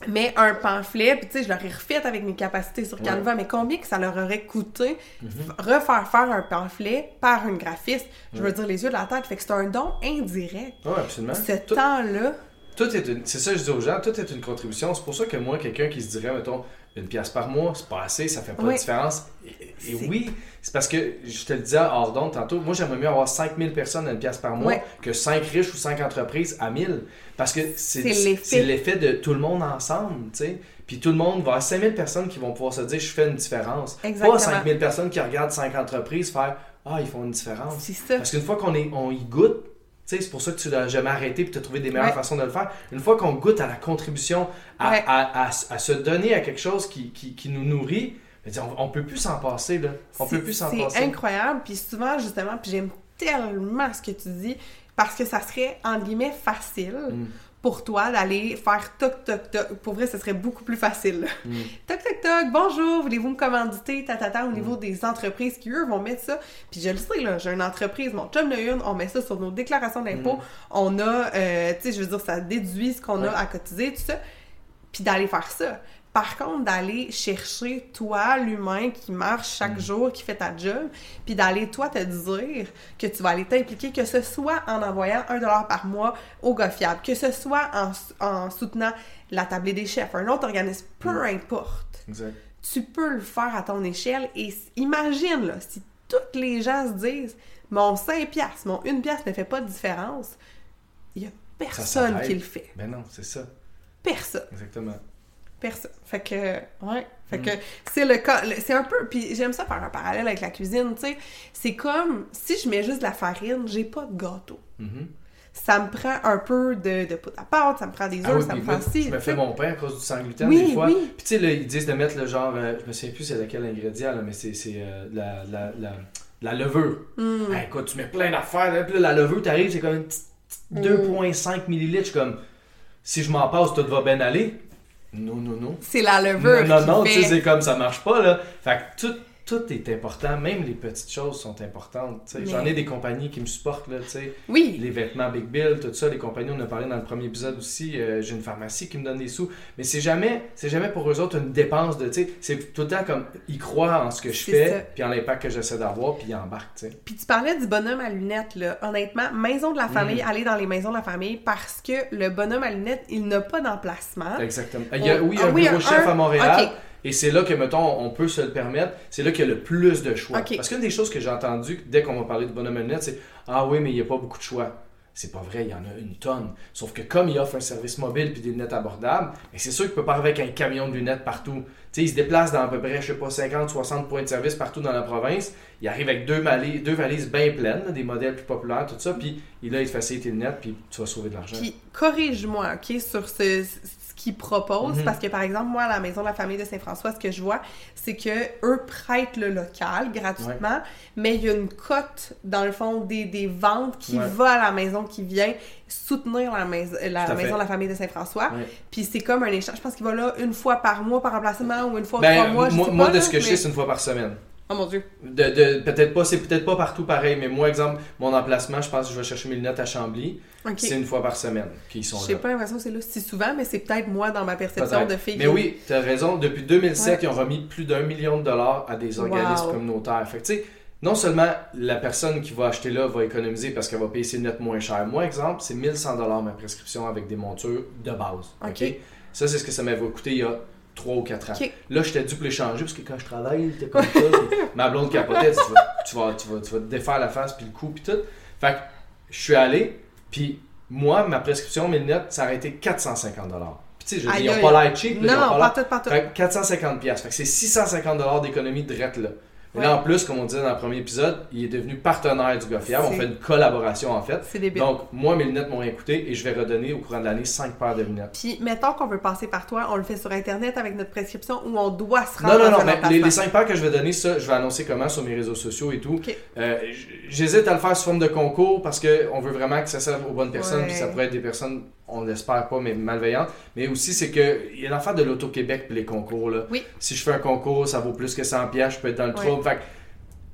Mais un pamphlet, puis tu sais, je l'aurais refait avec mes capacités sur Canva, ouais. mais combien que ça leur aurait coûté mm-hmm. refaire faire un pamphlet par une graphiste? Je ouais. veux dire, les yeux de la tête. Fait que c'est un don indirect. Oui, absolument. Ce tout, temps-là... Tout est une... C'est ça que je dis aux gens, tout est une contribution. C'est pour ça que moi, quelqu'un qui se dirait, mettons, une pièce par mois, c'est pas assez, ça fait pas oui. de différence. Et, et oui, c'est parce que, je te le disais hors d'onde tantôt, moi j'aimerais mieux avoir cinq mille personnes à une pièce par mois oui. que cinq riches ou cinq entreprises à mille. Parce que c'est, c'est, l'effet. c'est l'effet de tout le monde ensemble, tu sais. Puis tout le monde va avoir cinq mille personnes qui vont pouvoir se dire, je fais une différence. Exactement. Pas cinq mille personnes qui regardent cinq entreprises faire, ah, ils font une différence. C'est ça. Parce qu'une fois qu'on est, on y goûte, tu sais, c'est pour ça que tu l'as jamais arrêté et tu as trouvé des meilleures ouais. façons de le faire. Une fois qu'on goûte à la contribution, à, ouais. à, à, à, à se donner à quelque chose qui, qui, qui nous nourrit, on ne peut plus s'en passer, là. On c'est, peut plus s'en c'est passer. C'est incroyable. Puis souvent, justement, puis j'aime tellement ce que tu dis, parce que ça serait, entre guillemets, facile mm. pour toi d'aller faire toc toc toc. Pour vrai, ce serait beaucoup plus facile. Mm. Toc toc toc, bonjour, voulez-vous me commanditer, tatata, au mm. niveau des entreprises qui, eux, vont mettre ça. Puis je le sais, là, j'ai une entreprise, mon chum l'a une, on met ça sur nos déclarations d'impôts. Mm. On a, euh, tu sais, je veux dire, ça déduit ce qu'on ouais. a à cotiser, tout ça. Puis d'aller faire ça. Par contre, d'aller chercher, toi, l'humain qui marche chaque mmh. jour, qui fait ta job, puis d'aller, toi, te dire que tu vas aller t'impliquer, que ce soit en envoyant un dollar par mois au GoFiable, que ce soit en, en soutenant la Tablée des chefs, un autre organisme, peu mmh. importe. Exact. Tu peux le faire à ton échelle et imagine, là, si tous les gens se disent « Mon cinq piastres, mon une piastre ne fait pas de différence », il n'y a personne qui le fait. Ben non, c'est ça. Personne. Exactement. Personne. Fait que, ouais. Fait mm. que c'est le cas. C'est un peu. Puis j'aime ça faire un parallèle avec la cuisine, tu sais. C'est comme si je mets juste de la farine, j'ai pas de gâteau. Mm-hmm. Ça me prend un peu de, de poudre à pâte, ça me prend des œufs, ah oui, ça me prend ci. Je me fais mon pain à cause du sans gluten oui, des fois. Oui. Puis tu sais, là, ils disent de mettre le genre. Euh, je me souviens plus c'est lequel ingrédient, là, mais c'est, c'est euh, la, la, la, la levure. Mm. Hey, écoute, tu mets plein d'affaires, là, puis là, la levure, t'arrives, c'est comme une petite mm. deux virgule cinq millilitres. Je suis comme, si je m'en passe, tout va bien aller. Non, non, non. C'est la levure Non, qui non, non, fait... tu sais, c'est comme ça marche pas, là. Fait que tout, tout est important, même les petites choses sont importantes, tu sais. Mais... J'en ai des compagnies qui me supportent, là, tu sais. Oui. Les vêtements Big Bill, tout ça, les compagnies, on en a parlé dans le premier épisode aussi. Euh, j'ai une pharmacie qui me donne des sous. Mais c'est jamais, c'est jamais pour eux autres une dépense de, tu sais, c'est tout le temps comme, ils croient en ce que je c'est fais, ça. Puis en l'impact que j'essaie d'avoir, puis ils embarquent, tu sais. Puis tu parlais du bonhomme à lunettes, là. Honnêtement, maison de la famille, mmh. aller dans les maisons de la famille, parce que le bonhomme à lunettes, il n'a pas d'emplacement. Exactement. Il y a, oui, il y a un ah, bureau oui, chef un... à Montréal. Okay. Et c'est là que, mettons, on peut se le permettre. C'est là qu'il y a le plus de choix. Okay. Parce qu'une des choses que j'ai entendues dès qu'on va parler de bonhomme à lunettes, c'est « Ah oui, mais il n'y a pas beaucoup de choix. » C'est pas vrai, il y en a une tonne. Sauf que comme il offre un service mobile puis des lunettes abordables, mais c'est sûr qu'il peut pas arriver avec un camion de lunettes partout. Tu sais, il se déplace dans à peu près, je sais pas, cinquante soixante points de service partout dans la province. Il arrive avec deux valises, deux valises bien pleines, là, des modèles plus populaires, tout ça, puis il a, il te facilite tes lunettes, puis tu vas sauver de l'argent. Puis corrige-moi, OK, sur ce... qu'ils proposent, mm-hmm. parce que par exemple, moi, à la Maison de la Famille de Saint-François, ce que je vois, c'est que eux prêtent le local gratuitement, ouais. mais il y a une cote, dans le fond, des, des ventes qui ouais. va à la maison qui vient soutenir la, maison, la Maison de la Famille de Saint-François. Ouais. Puis c'est comme un échange. Je pense qu'il va là une fois par mois par remplacement ou une fois ben, trois mois, je moi, sais moi pas, de là, ce que mais... je sais, c'est une fois par semaine. Oh mon Dieu. De, de, peut-être pas, c'est peut-être pas partout pareil, mais moi, exemple, mon emplacement, je pense que je vais chercher mes lunettes à Chambly. Okay. C'est une fois par semaine qu'ils sont là. J'ai pas l'impression que c'est là si souvent, mais c'est peut-être moi dans ma perception peut-être. de fille. Mais oui, tu as raison. Depuis deux mille sept, ouais. ils ont remis plus d'un million de dollars à des organismes wow. communautaires. Fait que tu sais, non seulement la personne qui va acheter là va économiser parce qu'elle va payer ses lunettes moins cher. Moi, exemple, c'est mille cent dollars ma prescription avec des montures de base. OK? okay? Ça, c'est ce que ça m'avait coûté il y a trois ou quatre ans. Okay. Là, j'étais dû pour l'échanger parce que quand je travaille, t'es comme ça. Ma blonde capotait, tu vas, tu, vas, tu, vas, tu vas te défaire la face, puis le cou, puis tout. Fait que je suis allé, puis moi, ma prescription, mes lunettes, ça aurait été quatre cent cinquante dollars. Puis tu sais, je dis, ils n'ont pas l'air cheap. Là, non, non, pas tout, pas tout. Fait que quatre cent cinquante dollars. Fait que c'est six cent cinquante dollars d'économie direct là. Mais ouais. là, en plus, comme on disait dans le premier épisode, il est devenu partenaire du GoFiable. On fait une collaboration, en fait. C'est débile. Donc, moi, mes lunettes m'ont rien coûté et je vais redonner au courant de l'année cinq paires de lunettes. Puis, mettons qu'on veut passer par toi, on le fait sur Internet avec notre prescription ou on doit se rendre Non, non, dans non, mais les, les cinq paires que je vais donner, ça, je vais annoncer comment sur mes réseaux sociaux et tout. Okay. Euh, j'hésite à le faire sous forme de concours parce qu'on veut vraiment que ça serve aux bonnes personnes. Ouais. Puis ça pourrait être des personnes, on l'espère pas, mais malveillantes. Mais aussi, c'est qu'il y a l'affaire de l'Auto-Québec pour les concours. Là. Oui. Si je fais un concours, ça vaut plus que cent dollars, je peux être dans le ouais. trouble. Fait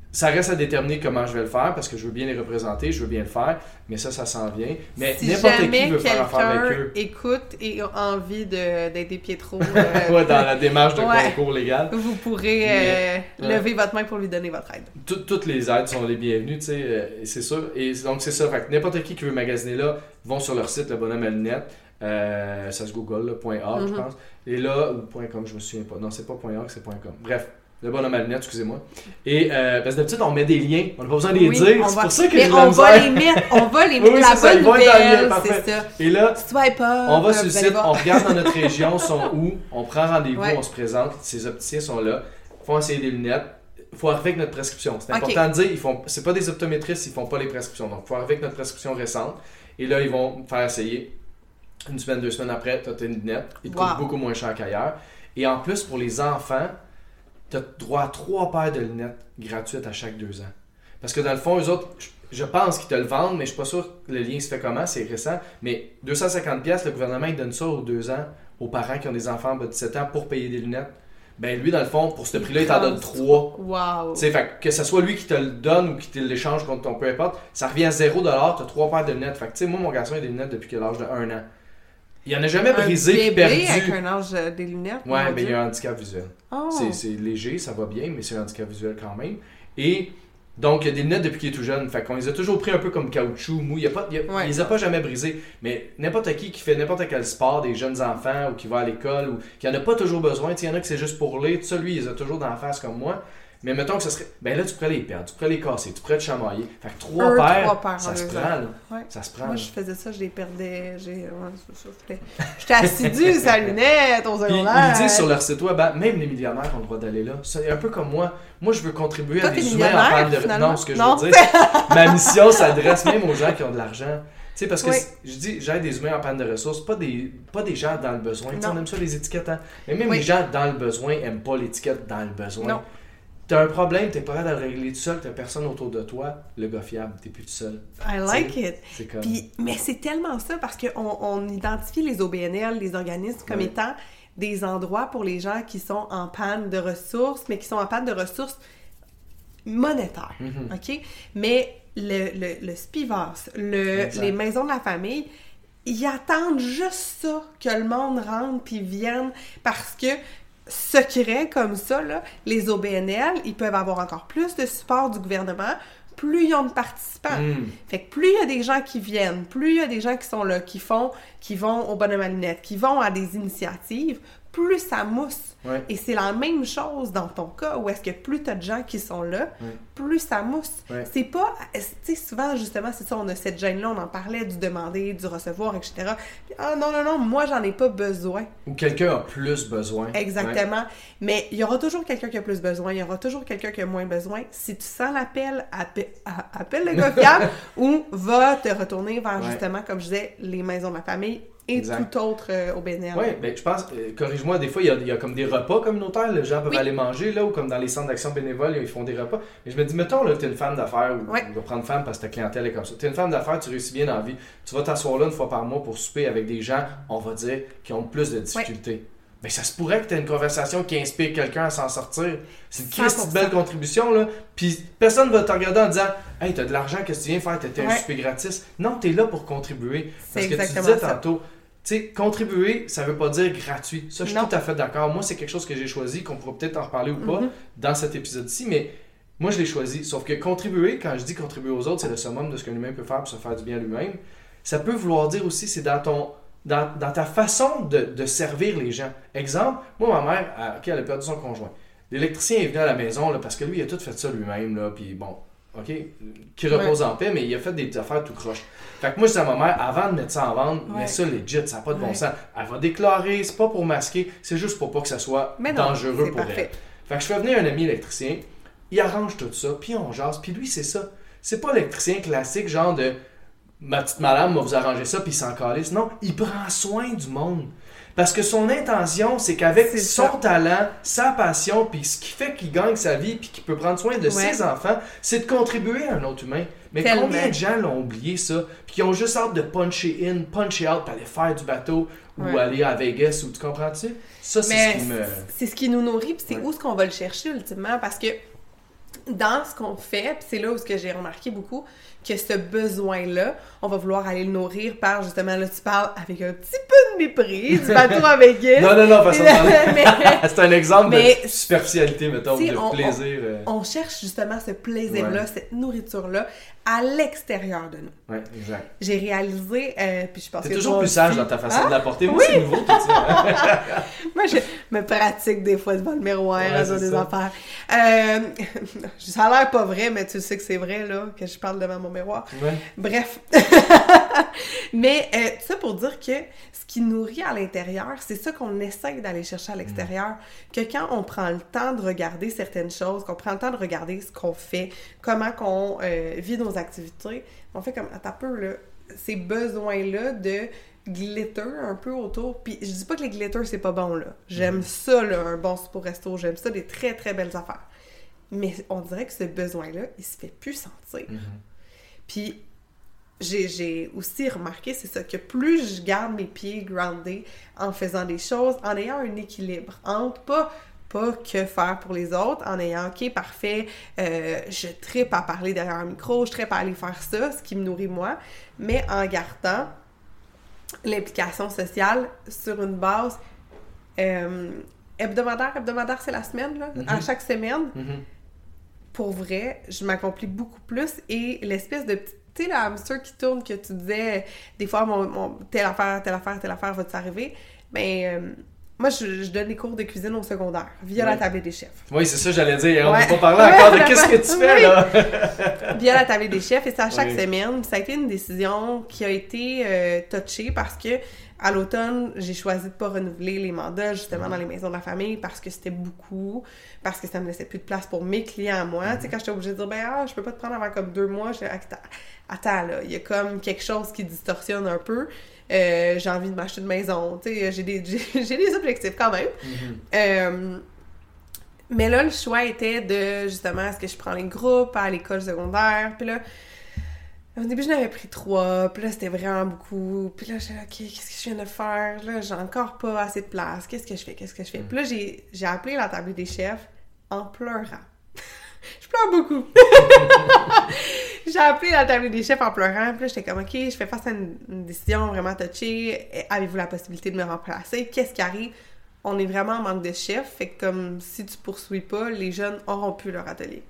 Ça reste à déterminer comment je vais le faire parce que je veux bien les représenter, je veux bien le faire, mais ça, ça s'en vient. Mais si n'importe jamais qui veut faire affaire avec eux. Écoute et a envie de, d'aider Pietro euh, ouais, dans la démarche de ouais, concours légal, vous pourrez mais, euh, ouais. lever votre main pour lui donner votre aide. Tout, toutes les aides sont les bienvenues, tu sais, euh, c'est sûr. Et donc, c'est ça. Fait que n'importe qui qui veut magasiner là, vont sur leur site, le bonhomme à lunettes. Euh, ça se google, là, .org, mm-hmm. je pense. Et là, ou .com, je me souviens pas. Non, c'est pas .org, c'est .com. Bref. Le bonhomme à lunettes, excusez-moi. Et euh, parce que d'habitude, on met des liens. On n'a pas besoin de les oui, dire. C'est va... pour ça que mais j'ai on va les mettre. On va les mettre. oui, la c'est bonne ça, nouvelle, c'est ça. Et là, Swipe up, on va sur le site, on regarde dans notre région, sont où, on prend rendez-vous, ouais. on se présente. Ces opticiens sont là. Ils font essayer des lunettes. Il faut arriver avec notre prescription. C'est important okay. de dire, ils font, c'est pas des optométristes, ils font pas les prescriptions. Donc, il faut arriver avec notre prescription récente. Et là, ils vont faire essayer. Une semaine, deux semaines après, tu as tes lunettes. Ils te wow. coûtent beaucoup moins cher qu'ailleurs. Et en plus, pour les enfants, tu as droit à trois paires de lunettes gratuites à chaque deux ans. Parce que dans le fond, eux autres, je pense qu'ils te le vendent, mais je suis pas sûr que le lien se fait comment, c'est récent. Mais deux cent cinquante dollars, le gouvernement il donne ça aux deux ans, aux parents qui ont des enfants de dix-sept ans pour payer des lunettes. Ben lui, dans le fond, pour ce prix-là, il t'en donne trois. Wow! Tu sais, fait que ce soit lui qui te le donne ou qui te l'échange contre ton peu importe, ça revient à zéro dollar, tu as trois paires de lunettes. Fait que tu sais, moi, mon garçon, il a des lunettes depuis l'âge de un an. Il en a jamais brisé et perdu. Avec un âge des lunettes. Ouais, ben il y a un handicap visuel. Oh. C'est, c'est léger, ça va bien, mais c'est un handicap visuel quand même. Et donc, il y a des lunettes depuis qu'il est tout jeune. Fait qu'on les a toujours pris un peu comme caoutchouc, mou. Il, a pas, il, a, ouais. il les a pas jamais brisés. Mais n'importe qui qui fait n'importe quel sport, des jeunes enfants ou qui va à l'école ou qui en a pas toujours besoin, il y en a que c'est juste pour lire, tout ça, lui, il les a toujours dans la face comme moi. Mais mettons que ça serait. Ben là, tu pourrais les perdre, tu pourrais les casser, tu pourrais te chamailler. Fait que trois Un, paires, trois paires, ça se prend, là. Ouais. Ça se prend. Moi, je faisais ça, je les perdais. J'ai... Ouais, c'est ça, j'étais... j'étais assidue sur la lunette, aux secondaire. Ils disent sur leur site web, ben, même les millionnaires ont le droit d'aller là. C'est un peu comme moi. Moi, je veux contribuer Toi, à des humains en panne de. Finalement? Non, ce que non. je veux dire, ma mission s'adresse même aux gens qui ont de l'argent. Tu sais, parce que oui. je dis, j'aide des humains en panne de ressources, pas des, pas des gens dans le besoin. On aime ça les étiquettes, hein? Mais même oui. les gens dans le besoin n'aiment pas l'étiquette dans le besoin. Non. T'as un problème, t'es pas capable de le régler tout seul, t'as personne autour de toi, le gars fiable, t'es plus tout seul. I like t'sais, it. C'est comme... Puis, mais c'est tellement ça parce qu'on on identifie les O B N L, les organismes, comme oui. étant des endroits pour les gens qui sont en panne de ressources, mais qui sont en panne de ressources monétaires. Mm-hmm. OK? Mais le, le, le Spivas, le, les maisons de la famille, ils attendent juste ça, que le monde rentre puis vienne parce que secret comme ça, là, les O B N L, ils peuvent avoir encore plus de support du gouvernement, plus ils ont de participants. Mm. Fait que plus il y a des gens qui viennent, plus il y a des gens qui sont là, qui font, qui vont au bonhomme à lunettes, qui vont à des initiatives, plus ça mousse. Ouais. Et c'est la même chose dans ton cas, où est-ce que plus t'as de gens qui sont là, ouais. plus ça mousse. Ouais. C'est pas... Tu sais, souvent, justement, c'est ça, on a cette gêne-là, on en parlait du demander, du recevoir, et cetera. Ah non, non, non, moi, j'en ai pas besoin. Ou quelqu'un a plus besoin. Exactement. Ouais. Mais il y aura toujours quelqu'un qui a plus besoin, il y aura toujours quelqu'un qui a moins besoin. Si tu sens l'appel, appelle, appelle le gars fiable ou va te retourner vers, ouais. justement, comme je disais, les maisons de la famille, et exact. Tout autre euh, au B N L. Oui, ben, je pense, euh, corrige-moi, des fois, il y, a, il y a comme des repas communautaires, les gens peuvent oui. aller manger, là, ou comme dans les centres d'action bénévole, ils font des repas. Mais je me dis, mettons, là, tu es une femme d'affaires, ou ouais. on va prendre femme parce que ta clientèle est comme ça. Tu es une femme d'affaires, tu réussis bien dans la vie, tu vas t'asseoir là une fois par mois pour souper avec des gens, on va dire, qui ont plus de difficultés. Ouais. Ben, ça se pourrait que tu aies une conversation qui inspire quelqu'un à s'en sortir. C'est une petite belle contribution, là. Puis personne va te regarder en disant « Hey, t'as de l'argent, qu'est-ce que tu viens faire? T'étais ouais. un souper gratis. » Non, t'es là pour contribuer. Parce que tu disais ça. Tantôt, tu sais, contribuer, ça veut pas dire gratuit. Ça, je suis non. tout à fait d'accord. Moi, c'est quelque chose que j'ai choisi, qu'on pourra peut-être en reparler ou pas mm-hmm. dans cet épisode-ci, mais moi, je l'ai choisi. Sauf que contribuer, quand je dis contribuer aux autres, c'est le summum de ce qu'un humain peut faire pour se faire du bien à lui-même. Ça peut vouloir dire aussi, c'est dans ton... Dans, dans ta façon de, de servir les gens. Exemple, moi, ma mère, elle, okay, elle a perdu son conjoint. L'électricien est venu à la maison là, parce que lui, il a tout fait ça lui-même. Là, puis bon, OK, qui repose ouais. en paix, mais il a fait des affaires tout croche. Fait que moi, je dis à ma mère, avant de mettre ça en vente, ouais. mais ça, legit, ça n'a pas de ouais. bon sens. Elle va déclarer, c'est pas pour masquer, c'est juste pour pas que ça soit non, dangereux pour parfait. Elle. Fait que je fais venir un ami électricien, il arrange tout ça, puis on jase, puis lui, c'est ça. C'est pas l'électricien classique, genre de... Ma petite madame va vous arranger ça, puis il s'en calisse. Non, il prend soin du monde. Parce que son intention, c'est qu'avec c'est son ça. talent, sa passion, puis ce qui fait qu'il gagne sa vie, puis qu'il peut prendre soin de ouais. ses enfants, c'est de contribuer à un autre humain. Mais Tellement. combien de gens l'ont oublié, ça? Puis qui ont juste hâte de puncher in, puncher out, puis aller faire du bateau, ouais. ou aller à Vegas, ou tu comprends-tu? Ça, c'est Mais ce qui me... c'est ce qui nous nourrit, puis c'est ouais. où est-ce qu'on va le chercher, ultimement, parce que dans ce qu'on fait, puis c'est là où ce que j'ai remarqué beaucoup, que ce besoin-là, on va vouloir aller le nourrir par, justement, là, tu parles avec un petit peu de mépris, tu parles trop avec elle. Non, non, non, façon de parler. C'est un exemple mais, de superficialité, mettons, de on, plaisir. Euh... On, on cherche justement ce plaisir-là, ouais. cette nourriture-là, à l'extérieur de nous. Oui, exact. J'ai réalisé, euh, puis je pense T'es que toujours plus sage dans ta façon ah? de l'apporter. Moi, oui? c'est nouveau, tout ça. Moi, je me pratique des fois devant le miroir ouais, à dire des affaires. Euh, ça a l'air pas vrai, mais tu sais que c'est vrai, là, que je parle devant mon miroir. Ouais. Bref. Mais euh, tout ça pour dire que ce qui nourrit à l'intérieur, c'est ça qu'on essaie d'aller chercher à l'extérieur. Mmh. Que quand on prend le temps de regarder certaines choses, qu'on prend le temps de regarder ce qu'on fait, comment qu'on euh, vit nos activités, on fait comme, attends un peu, là, ces besoins-là de glitter un peu autour. Puis je dis pas que les glitters, c'est pas bon, là. J'aime mmh. ça, là, un bon super resto. J'aime ça, des très, très belles affaires. Mais on dirait que ce besoin-là, il se fait plus sentir. Mmh. Puis j'ai, j'ai aussi remarqué, c'est ça, que plus je garde mes pieds groundés en faisant des choses, en ayant un équilibre entre pas... pas que faire pour les autres, en ayant, OK, parfait, euh, je trippe à parler derrière un micro, je trippe à aller faire ça, ce qui me nourrit moi, mais en gardant l'implication sociale sur une base euh, hebdomadaire. Hebdomadaire, c'est la semaine, là, mm-hmm. à chaque semaine. Mm-hmm. Pour vrai, je m'accomplis beaucoup plus et l'espèce de petit, tu sais, le hamster qui tourne, que tu disais, des fois, mon, mon telle affaire, telle affaire, telle affaire va t'arriver, ben... Euh, moi, je, je donne des cours de cuisine au secondaire, via oui. la tablée des chefs. Oui, c'est ça, j'allais dire. On ne ouais. peut pas parler encore de qu'est-ce que tu fais, oui. là. Via la tablée des chefs, et c'est à chaque oui. semaine. Ça a été une décision qui a été euh, touchée parce que à l'automne, j'ai choisi de ne pas renouveler les mandats, justement, mm-hmm. dans les maisons de la famille, parce que c'était beaucoup, parce que ça me laissait plus de place pour mes clients à moi. Mm-hmm. Tu sais, quand j'étais obligée de dire, ben, ah, je peux pas te prendre avant comme deux mois, je attends, là, il y a comme quelque chose qui distorsionne un peu. Euh, j'ai envie de m'acheter une maison, tu sais, j'ai des, j'ai, j'ai des objectifs quand même. Mm-hmm. Euh, mais là, le choix était de, justement, est-ce que je prends les groupes à l'école secondaire, puis là, au début, j'en avais pris trois, puis là, c'était vraiment beaucoup, puis là, j'étais là, OK, qu'est-ce que je viens de faire? Là, j'ai encore pas assez de place, qu'est-ce que je fais, qu'est-ce que je fais? Mm-hmm. Puis là, j'ai, j'ai appelé la table des chefs en pleurant. Je pleure beaucoup. J'ai appelé la table des chefs en pleurant. Puis là, j'étais comme, OK, je fais face à une, une décision vraiment touchée. Avez-vous la possibilité de me remplacer? Qu'est-ce qui arrive? On est vraiment en manque de chefs. Fait que comme si tu poursuis pas, les jeunes auront pu leur atelier.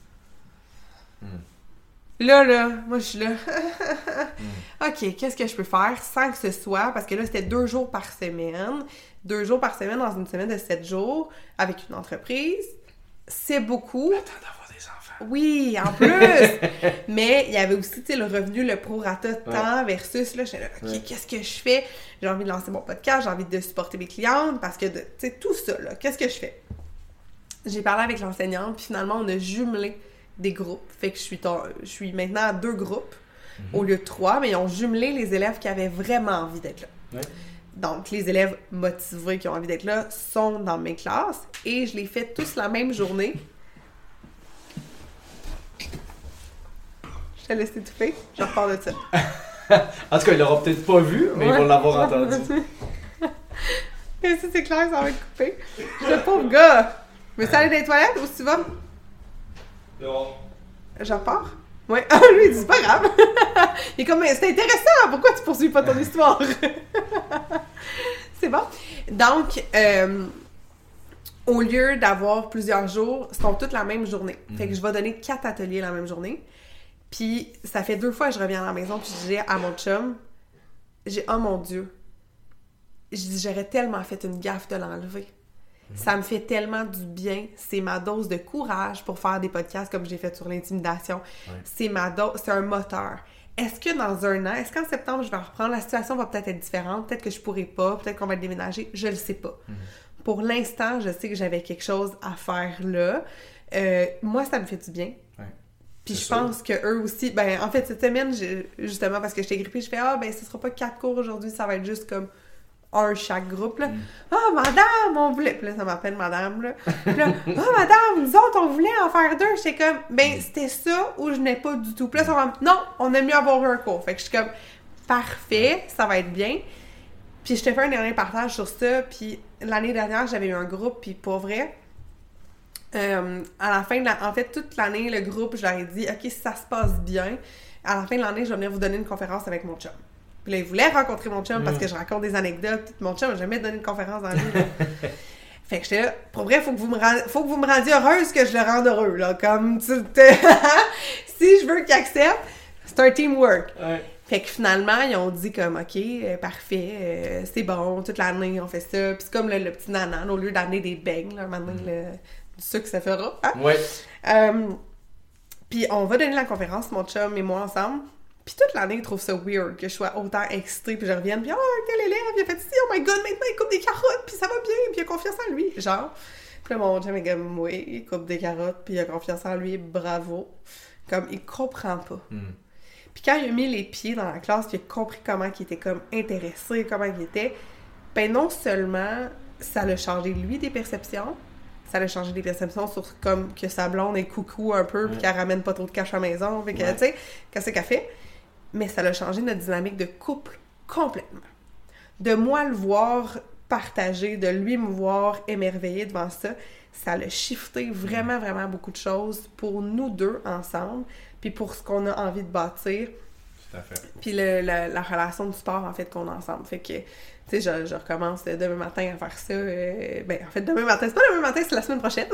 Mm. Là, là, moi, je suis là. mm. OK, qu'est-ce que je peux faire sans que ce soit... Parce que là, c'était deux jours par semaine. Deux jours par semaine dans une semaine de sept jours avec une entreprise. C'est beaucoup. Attends d'avoir des enfants. Oui, en plus! Mais il y avait aussi, tu sais, le revenu, le prorata de temps ouais. versus, là, j'étais là, OK, ouais. qu'est-ce que je fais? J'ai envie de lancer mon podcast, j'ai envie de supporter mes clientes parce que, tu sais, tout ça, là, qu'est-ce que je fais? J'ai parlé avec l'enseignante, puis finalement, on a jumelé des groupes. Fait que je suis, ton... je suis maintenant à deux groupes mm-hmm. au lieu de trois, mais ils ont jumelé les élèves qui avaient vraiment envie d'être là. Ouais. Donc, les élèves motivés qui ont envie d'être là sont dans mes classes et je les fais tous la même journée. Je te laisse étouffer, je repars de ça. En tout cas, ils l'auront peut-être pas vu, mais ouais. ils vont l'avoir entendu. Et si c'est clair, ça va être coupé. Je suis le pauvre gars. Mais ça aller dans les toilettes, où tu vas? Non. Je repars? Ouais. Ah, lui, il dit, c'est pas grave. Il est comme, c'est intéressant, pourquoi tu poursuis pas ton histoire? C'est bon. Donc, euh, au lieu d'avoir plusieurs jours, ils sont toutes la même journée. Mm-hmm. Fait que je vais donner quatre ateliers la même journée. Puis, ça fait deux fois que je reviens à la maison, puis je dis à mon chum, j'ai, oh mon Dieu, je dis, j'aurais tellement fait une gaffe de l'enlever. Ça me fait tellement du bien. C'est ma dose de courage pour faire des podcasts comme j'ai fait sur l'intimidation. Ouais. C'est ma dose, c'est un moteur. Est-ce que dans un an, est-ce qu'en septembre, je vais reprendre, la situation va peut-être être différente, peut-être que je pourrai pas, peut-être qu'on va déménager, je le sais pas. Mm-hmm. Pour l'instant, je sais que j'avais quelque chose à faire là. Euh, moi, ça me fait du bien. Ouais. Puis je sûr. pense que eux aussi, ben en fait, cette semaine, j'ai, justement, parce que j'étais grippée, je fais « Ah, ben ce sera pas quatre cours aujourd'hui, ça va être juste comme... » un chaque groupe, là. « Ah, oh, madame, on voulait... » Puis là, ça m'appelle madame, là. Puis là, « Ah, oh, madame, nous autres, on voulait en faire deux. » J'étais comme, ben, c'était ça ou je n'ai pas du tout. Puis là, ça va... Non, on aime mieux avoir un cours. Fait que je suis comme, parfait, ça va être bien. Puis je te fais un dernier partage sur ça. Puis l'année dernière, j'avais eu un groupe, puis pour vrai, Euh, à la fin de la... En fait, toute l'année, le groupe, je leur ai dit, OK, si ça se passe bien, à la fin de l'année, je vais venir vous donner une conférence avec mon chum. Puis là, ils voulaient rencontrer mon chum mm. parce que je raconte des anecdotes. Mon chum n'a jamais donné une conférence dans la vie. Fait que j'étais là, pour vrai, faut que vous me rend... faut que vous me rendiez heureuse que je le rende heureux, là. Comme, tu te... si je veux qu'il accepte, c'est un teamwork. Ouais. Fait que finalement, ils ont dit comme, OK, euh, parfait, euh, c'est bon, toute l'année, on fait ça. Puis c'est comme le, le petit nanan, au lieu d'amener des beignes, là, maintenant, mm. le, du sucre, ça fera. Hein? Ouais. Euh, puis on va donner la conférence, mon chum et moi ensemble. Puis toute l'année, ils trouvent ça weird que je sois autant excitée, puis je revienne, puis « Oh, quel élève, il a fait ici, oh my God, maintenant il coupe des carottes, puis ça va bien, puis il a confiance en lui. » Genre, puis là, mon chum est comme « Oui, il coupe des carottes, puis il a confiance en lui, bravo. » Comme, il comprend pas. Mm. Puis quand il a mis les pieds dans la classe, puis il a compris comment il était comme intéressé, comment il était, ben non seulement ça l'a changé lui des perceptions, ça l'a changé des perceptions sur comme que sa blonde est coucou un peu, mm. puis qu'elle ramène pas trop de cash à la maison, puis que, ouais. tu sais, qu'est-ce qu'elle fait? Mais ça a changé notre dynamique de couple complètement. De moi le voir partager, de lui me voir émerveillé devant ça, ça l'a shifté vraiment, vraiment beaucoup de choses pour nous deux ensemble, puis pour ce qu'on a envie de bâtir. Tout à fait. Puis le, la, la relation du sport, en fait, qu'on a ensemble. Fait que, tu sais, je, je recommence demain matin à faire ça. Euh, ben, en fait, demain matin, c'est pas demain matin, c'est la semaine prochaine.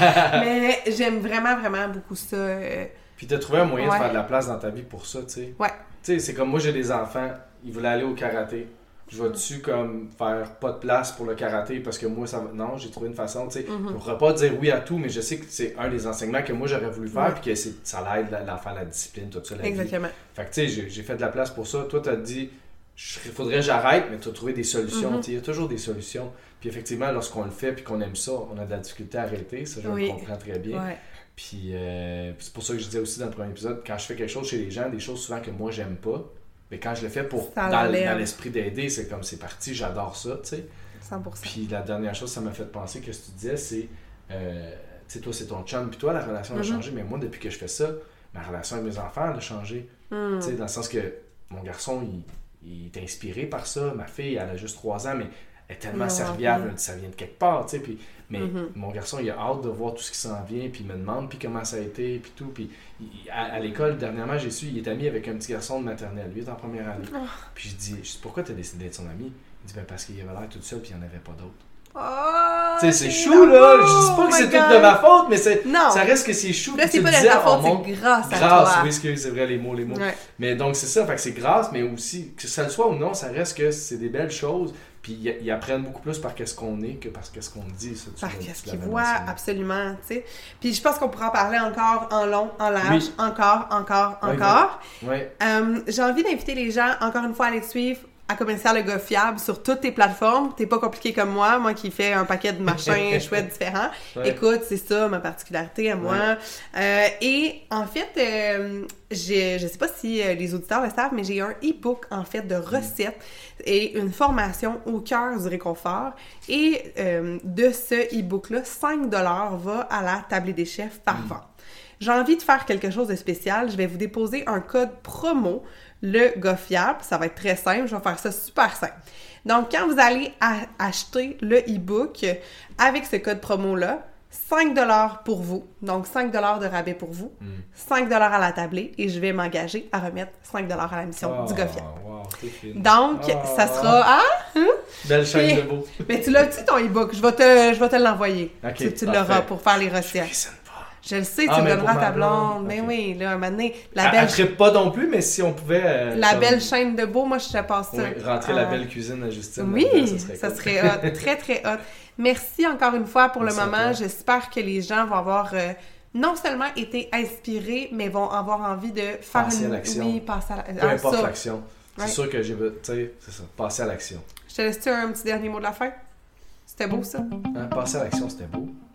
Mais j'aime vraiment, vraiment beaucoup ça. Euh, Puis t'as trouvé un moyen ouais. de faire de la place dans ta vie pour ça, tu sais. Ouais. Tu sais, c'est comme moi, j'ai des enfants, ils voulaient aller au karaté. Je vais-tu comme faire pas de place pour le karaté parce que moi, ça va... Non, j'ai trouvé une façon, tu sais. Mm-hmm. Je ne pourrais pas dire oui à tout, mais je sais que c'est un des enseignements que moi, j'aurais voulu faire, ouais. puis que c'est... ça l'aide l'enfant, la discipline, tout ça, la Exactement. Vie. Fait que tu sais, j'ai, j'ai fait de la place pour ça. Toi, t'as dit, il faudrait que j'arrête, mais tu as trouvé des solutions. Mm-hmm. Il y a toujours des solutions. Puis effectivement, lorsqu'on le fait puis qu'on aime ça, on a de la difficulté à arrêter. Ça, je oui. le comprends très bien. Ouais. Puis euh, c'est pour ça que je disais aussi dans le premier épisode, quand je fais quelque chose chez les gens, des choses souvent que moi j'aime pas, mais quand je le fais pour dans, dans l'esprit d'aider, c'est comme c'est parti, j'adore ça, tu sais. cent pour cent. Puis la dernière chose, ça m'a fait penser que ce que tu disais, c'est, euh, tu sais, toi c'est ton chum, puis toi la relation mm-hmm. a changé, mais moi depuis que je fais ça, ma relation avec mes enfants elle a changé. Mm. Tu sais, dans le sens que mon garçon, il, il est inspiré par ça, ma fille, elle a juste trois ans, mais elle est tellement serviable, ça vient de quelque part, tu sais, puis mais mm-hmm. mon garçon, il a hâte de voir tout ce qui s'en vient, puis il me demande puis comment ça a été, puis tout, puis il, à, à l'école, dernièrement, j'ai su, il est ami avec un petit garçon de maternelle, lui, il est en première année, oh. puis je dis, je dis, pourquoi t'as décidé d'être son ami? Il dit, ben parce qu'il avait l'air tout seul, puis il n'y en avait pas d'autres. Oh, tu sais, c'est chou, là! Je dis pas que c'est tout de ma faute, mais c'est, ça reste que c'est chou. Là, c'est pas de ta faute, c'est grâce à toi. Grâce, oui, c'est, c'est vrai, les mots, les mots. Ouais. Mais donc, c'est ça, fait que c'est grâce, mais aussi, que ça le soit ou non, ça reste que c'est des belles choses. Puis ils apprennent beaucoup plus par qu'est-ce qu'on est que par qu'est-ce qu'on dit. Ça, par qu'est-ce qu'ils voient, absolument, tu sais. Puis je pense qu'on pourra en parler encore en long, en large, oui. encore, encore, oui, encore. Oui. Oui. Euh, j'ai envie d'inviter les gens, encore une fois, à les suivre à Commercial Le Gars Fiable sur toutes tes plateformes. T'es pas compliqué comme moi, moi qui fais un paquet de machins chouettes différents. Ouais. Écoute, c'est ça ma particularité à moi. Ouais. Euh, et en fait, euh, j'ai, je sais pas si euh, les auditeurs le savent, mais j'ai un e-book en fait de recettes mm. et une formation au cœur du réconfort. Et euh, de ce e-book-là, cinq dollars va à la tablée des chefs par mm. vente. J'ai envie de faire quelque chose de spécial. Je vais vous déposer un code promo, le gars fiable. Ça va être très simple. Je vais faire ça super simple. Donc, quand vous allez a- acheter le e-book avec ce code promo-là, cinq dollars pour vous. Donc, cinq dollars de rabais pour vous. Mm. cinq dollars à la tablée. Et je vais m'engager à remettre cinq dollars à la mission oh, du gars fiable. Wow, donc, oh, ça sera... Hein? Hein? Belle chaîne de beau. Mais tu l'as-tu ton e-book? Je vais te, je vais te l'envoyer. Okay, tu tu l'auras pour faire les recettes. Je le sais, tu ah, me donneras ta blonde. Mais okay. oui, là, un moment donné, la belle... Elle ne pas non plus, mais si on pouvait... Euh, la comme... belle chaîne de beau, moi, je te passe ça. Oui, rentrer ah. la belle cuisine à Justine. Oui, là, ça serait, ça serait hot. Très, très hot. Merci encore une fois pour Merci le moment. J'espère que les gens vont avoir euh, non seulement été inspirés, mais vont avoir envie de faire passer une... à l'action. Oui, passer à l'action. Peu importe ça. L'action. C'est ouais. sûr que j'ai... Tu sais, c'est ça. Passer à l'action. Je te laisse-tu un petit dernier mot de la fin? C'était beau, ça? Hein, passer à l'action, c'était beau.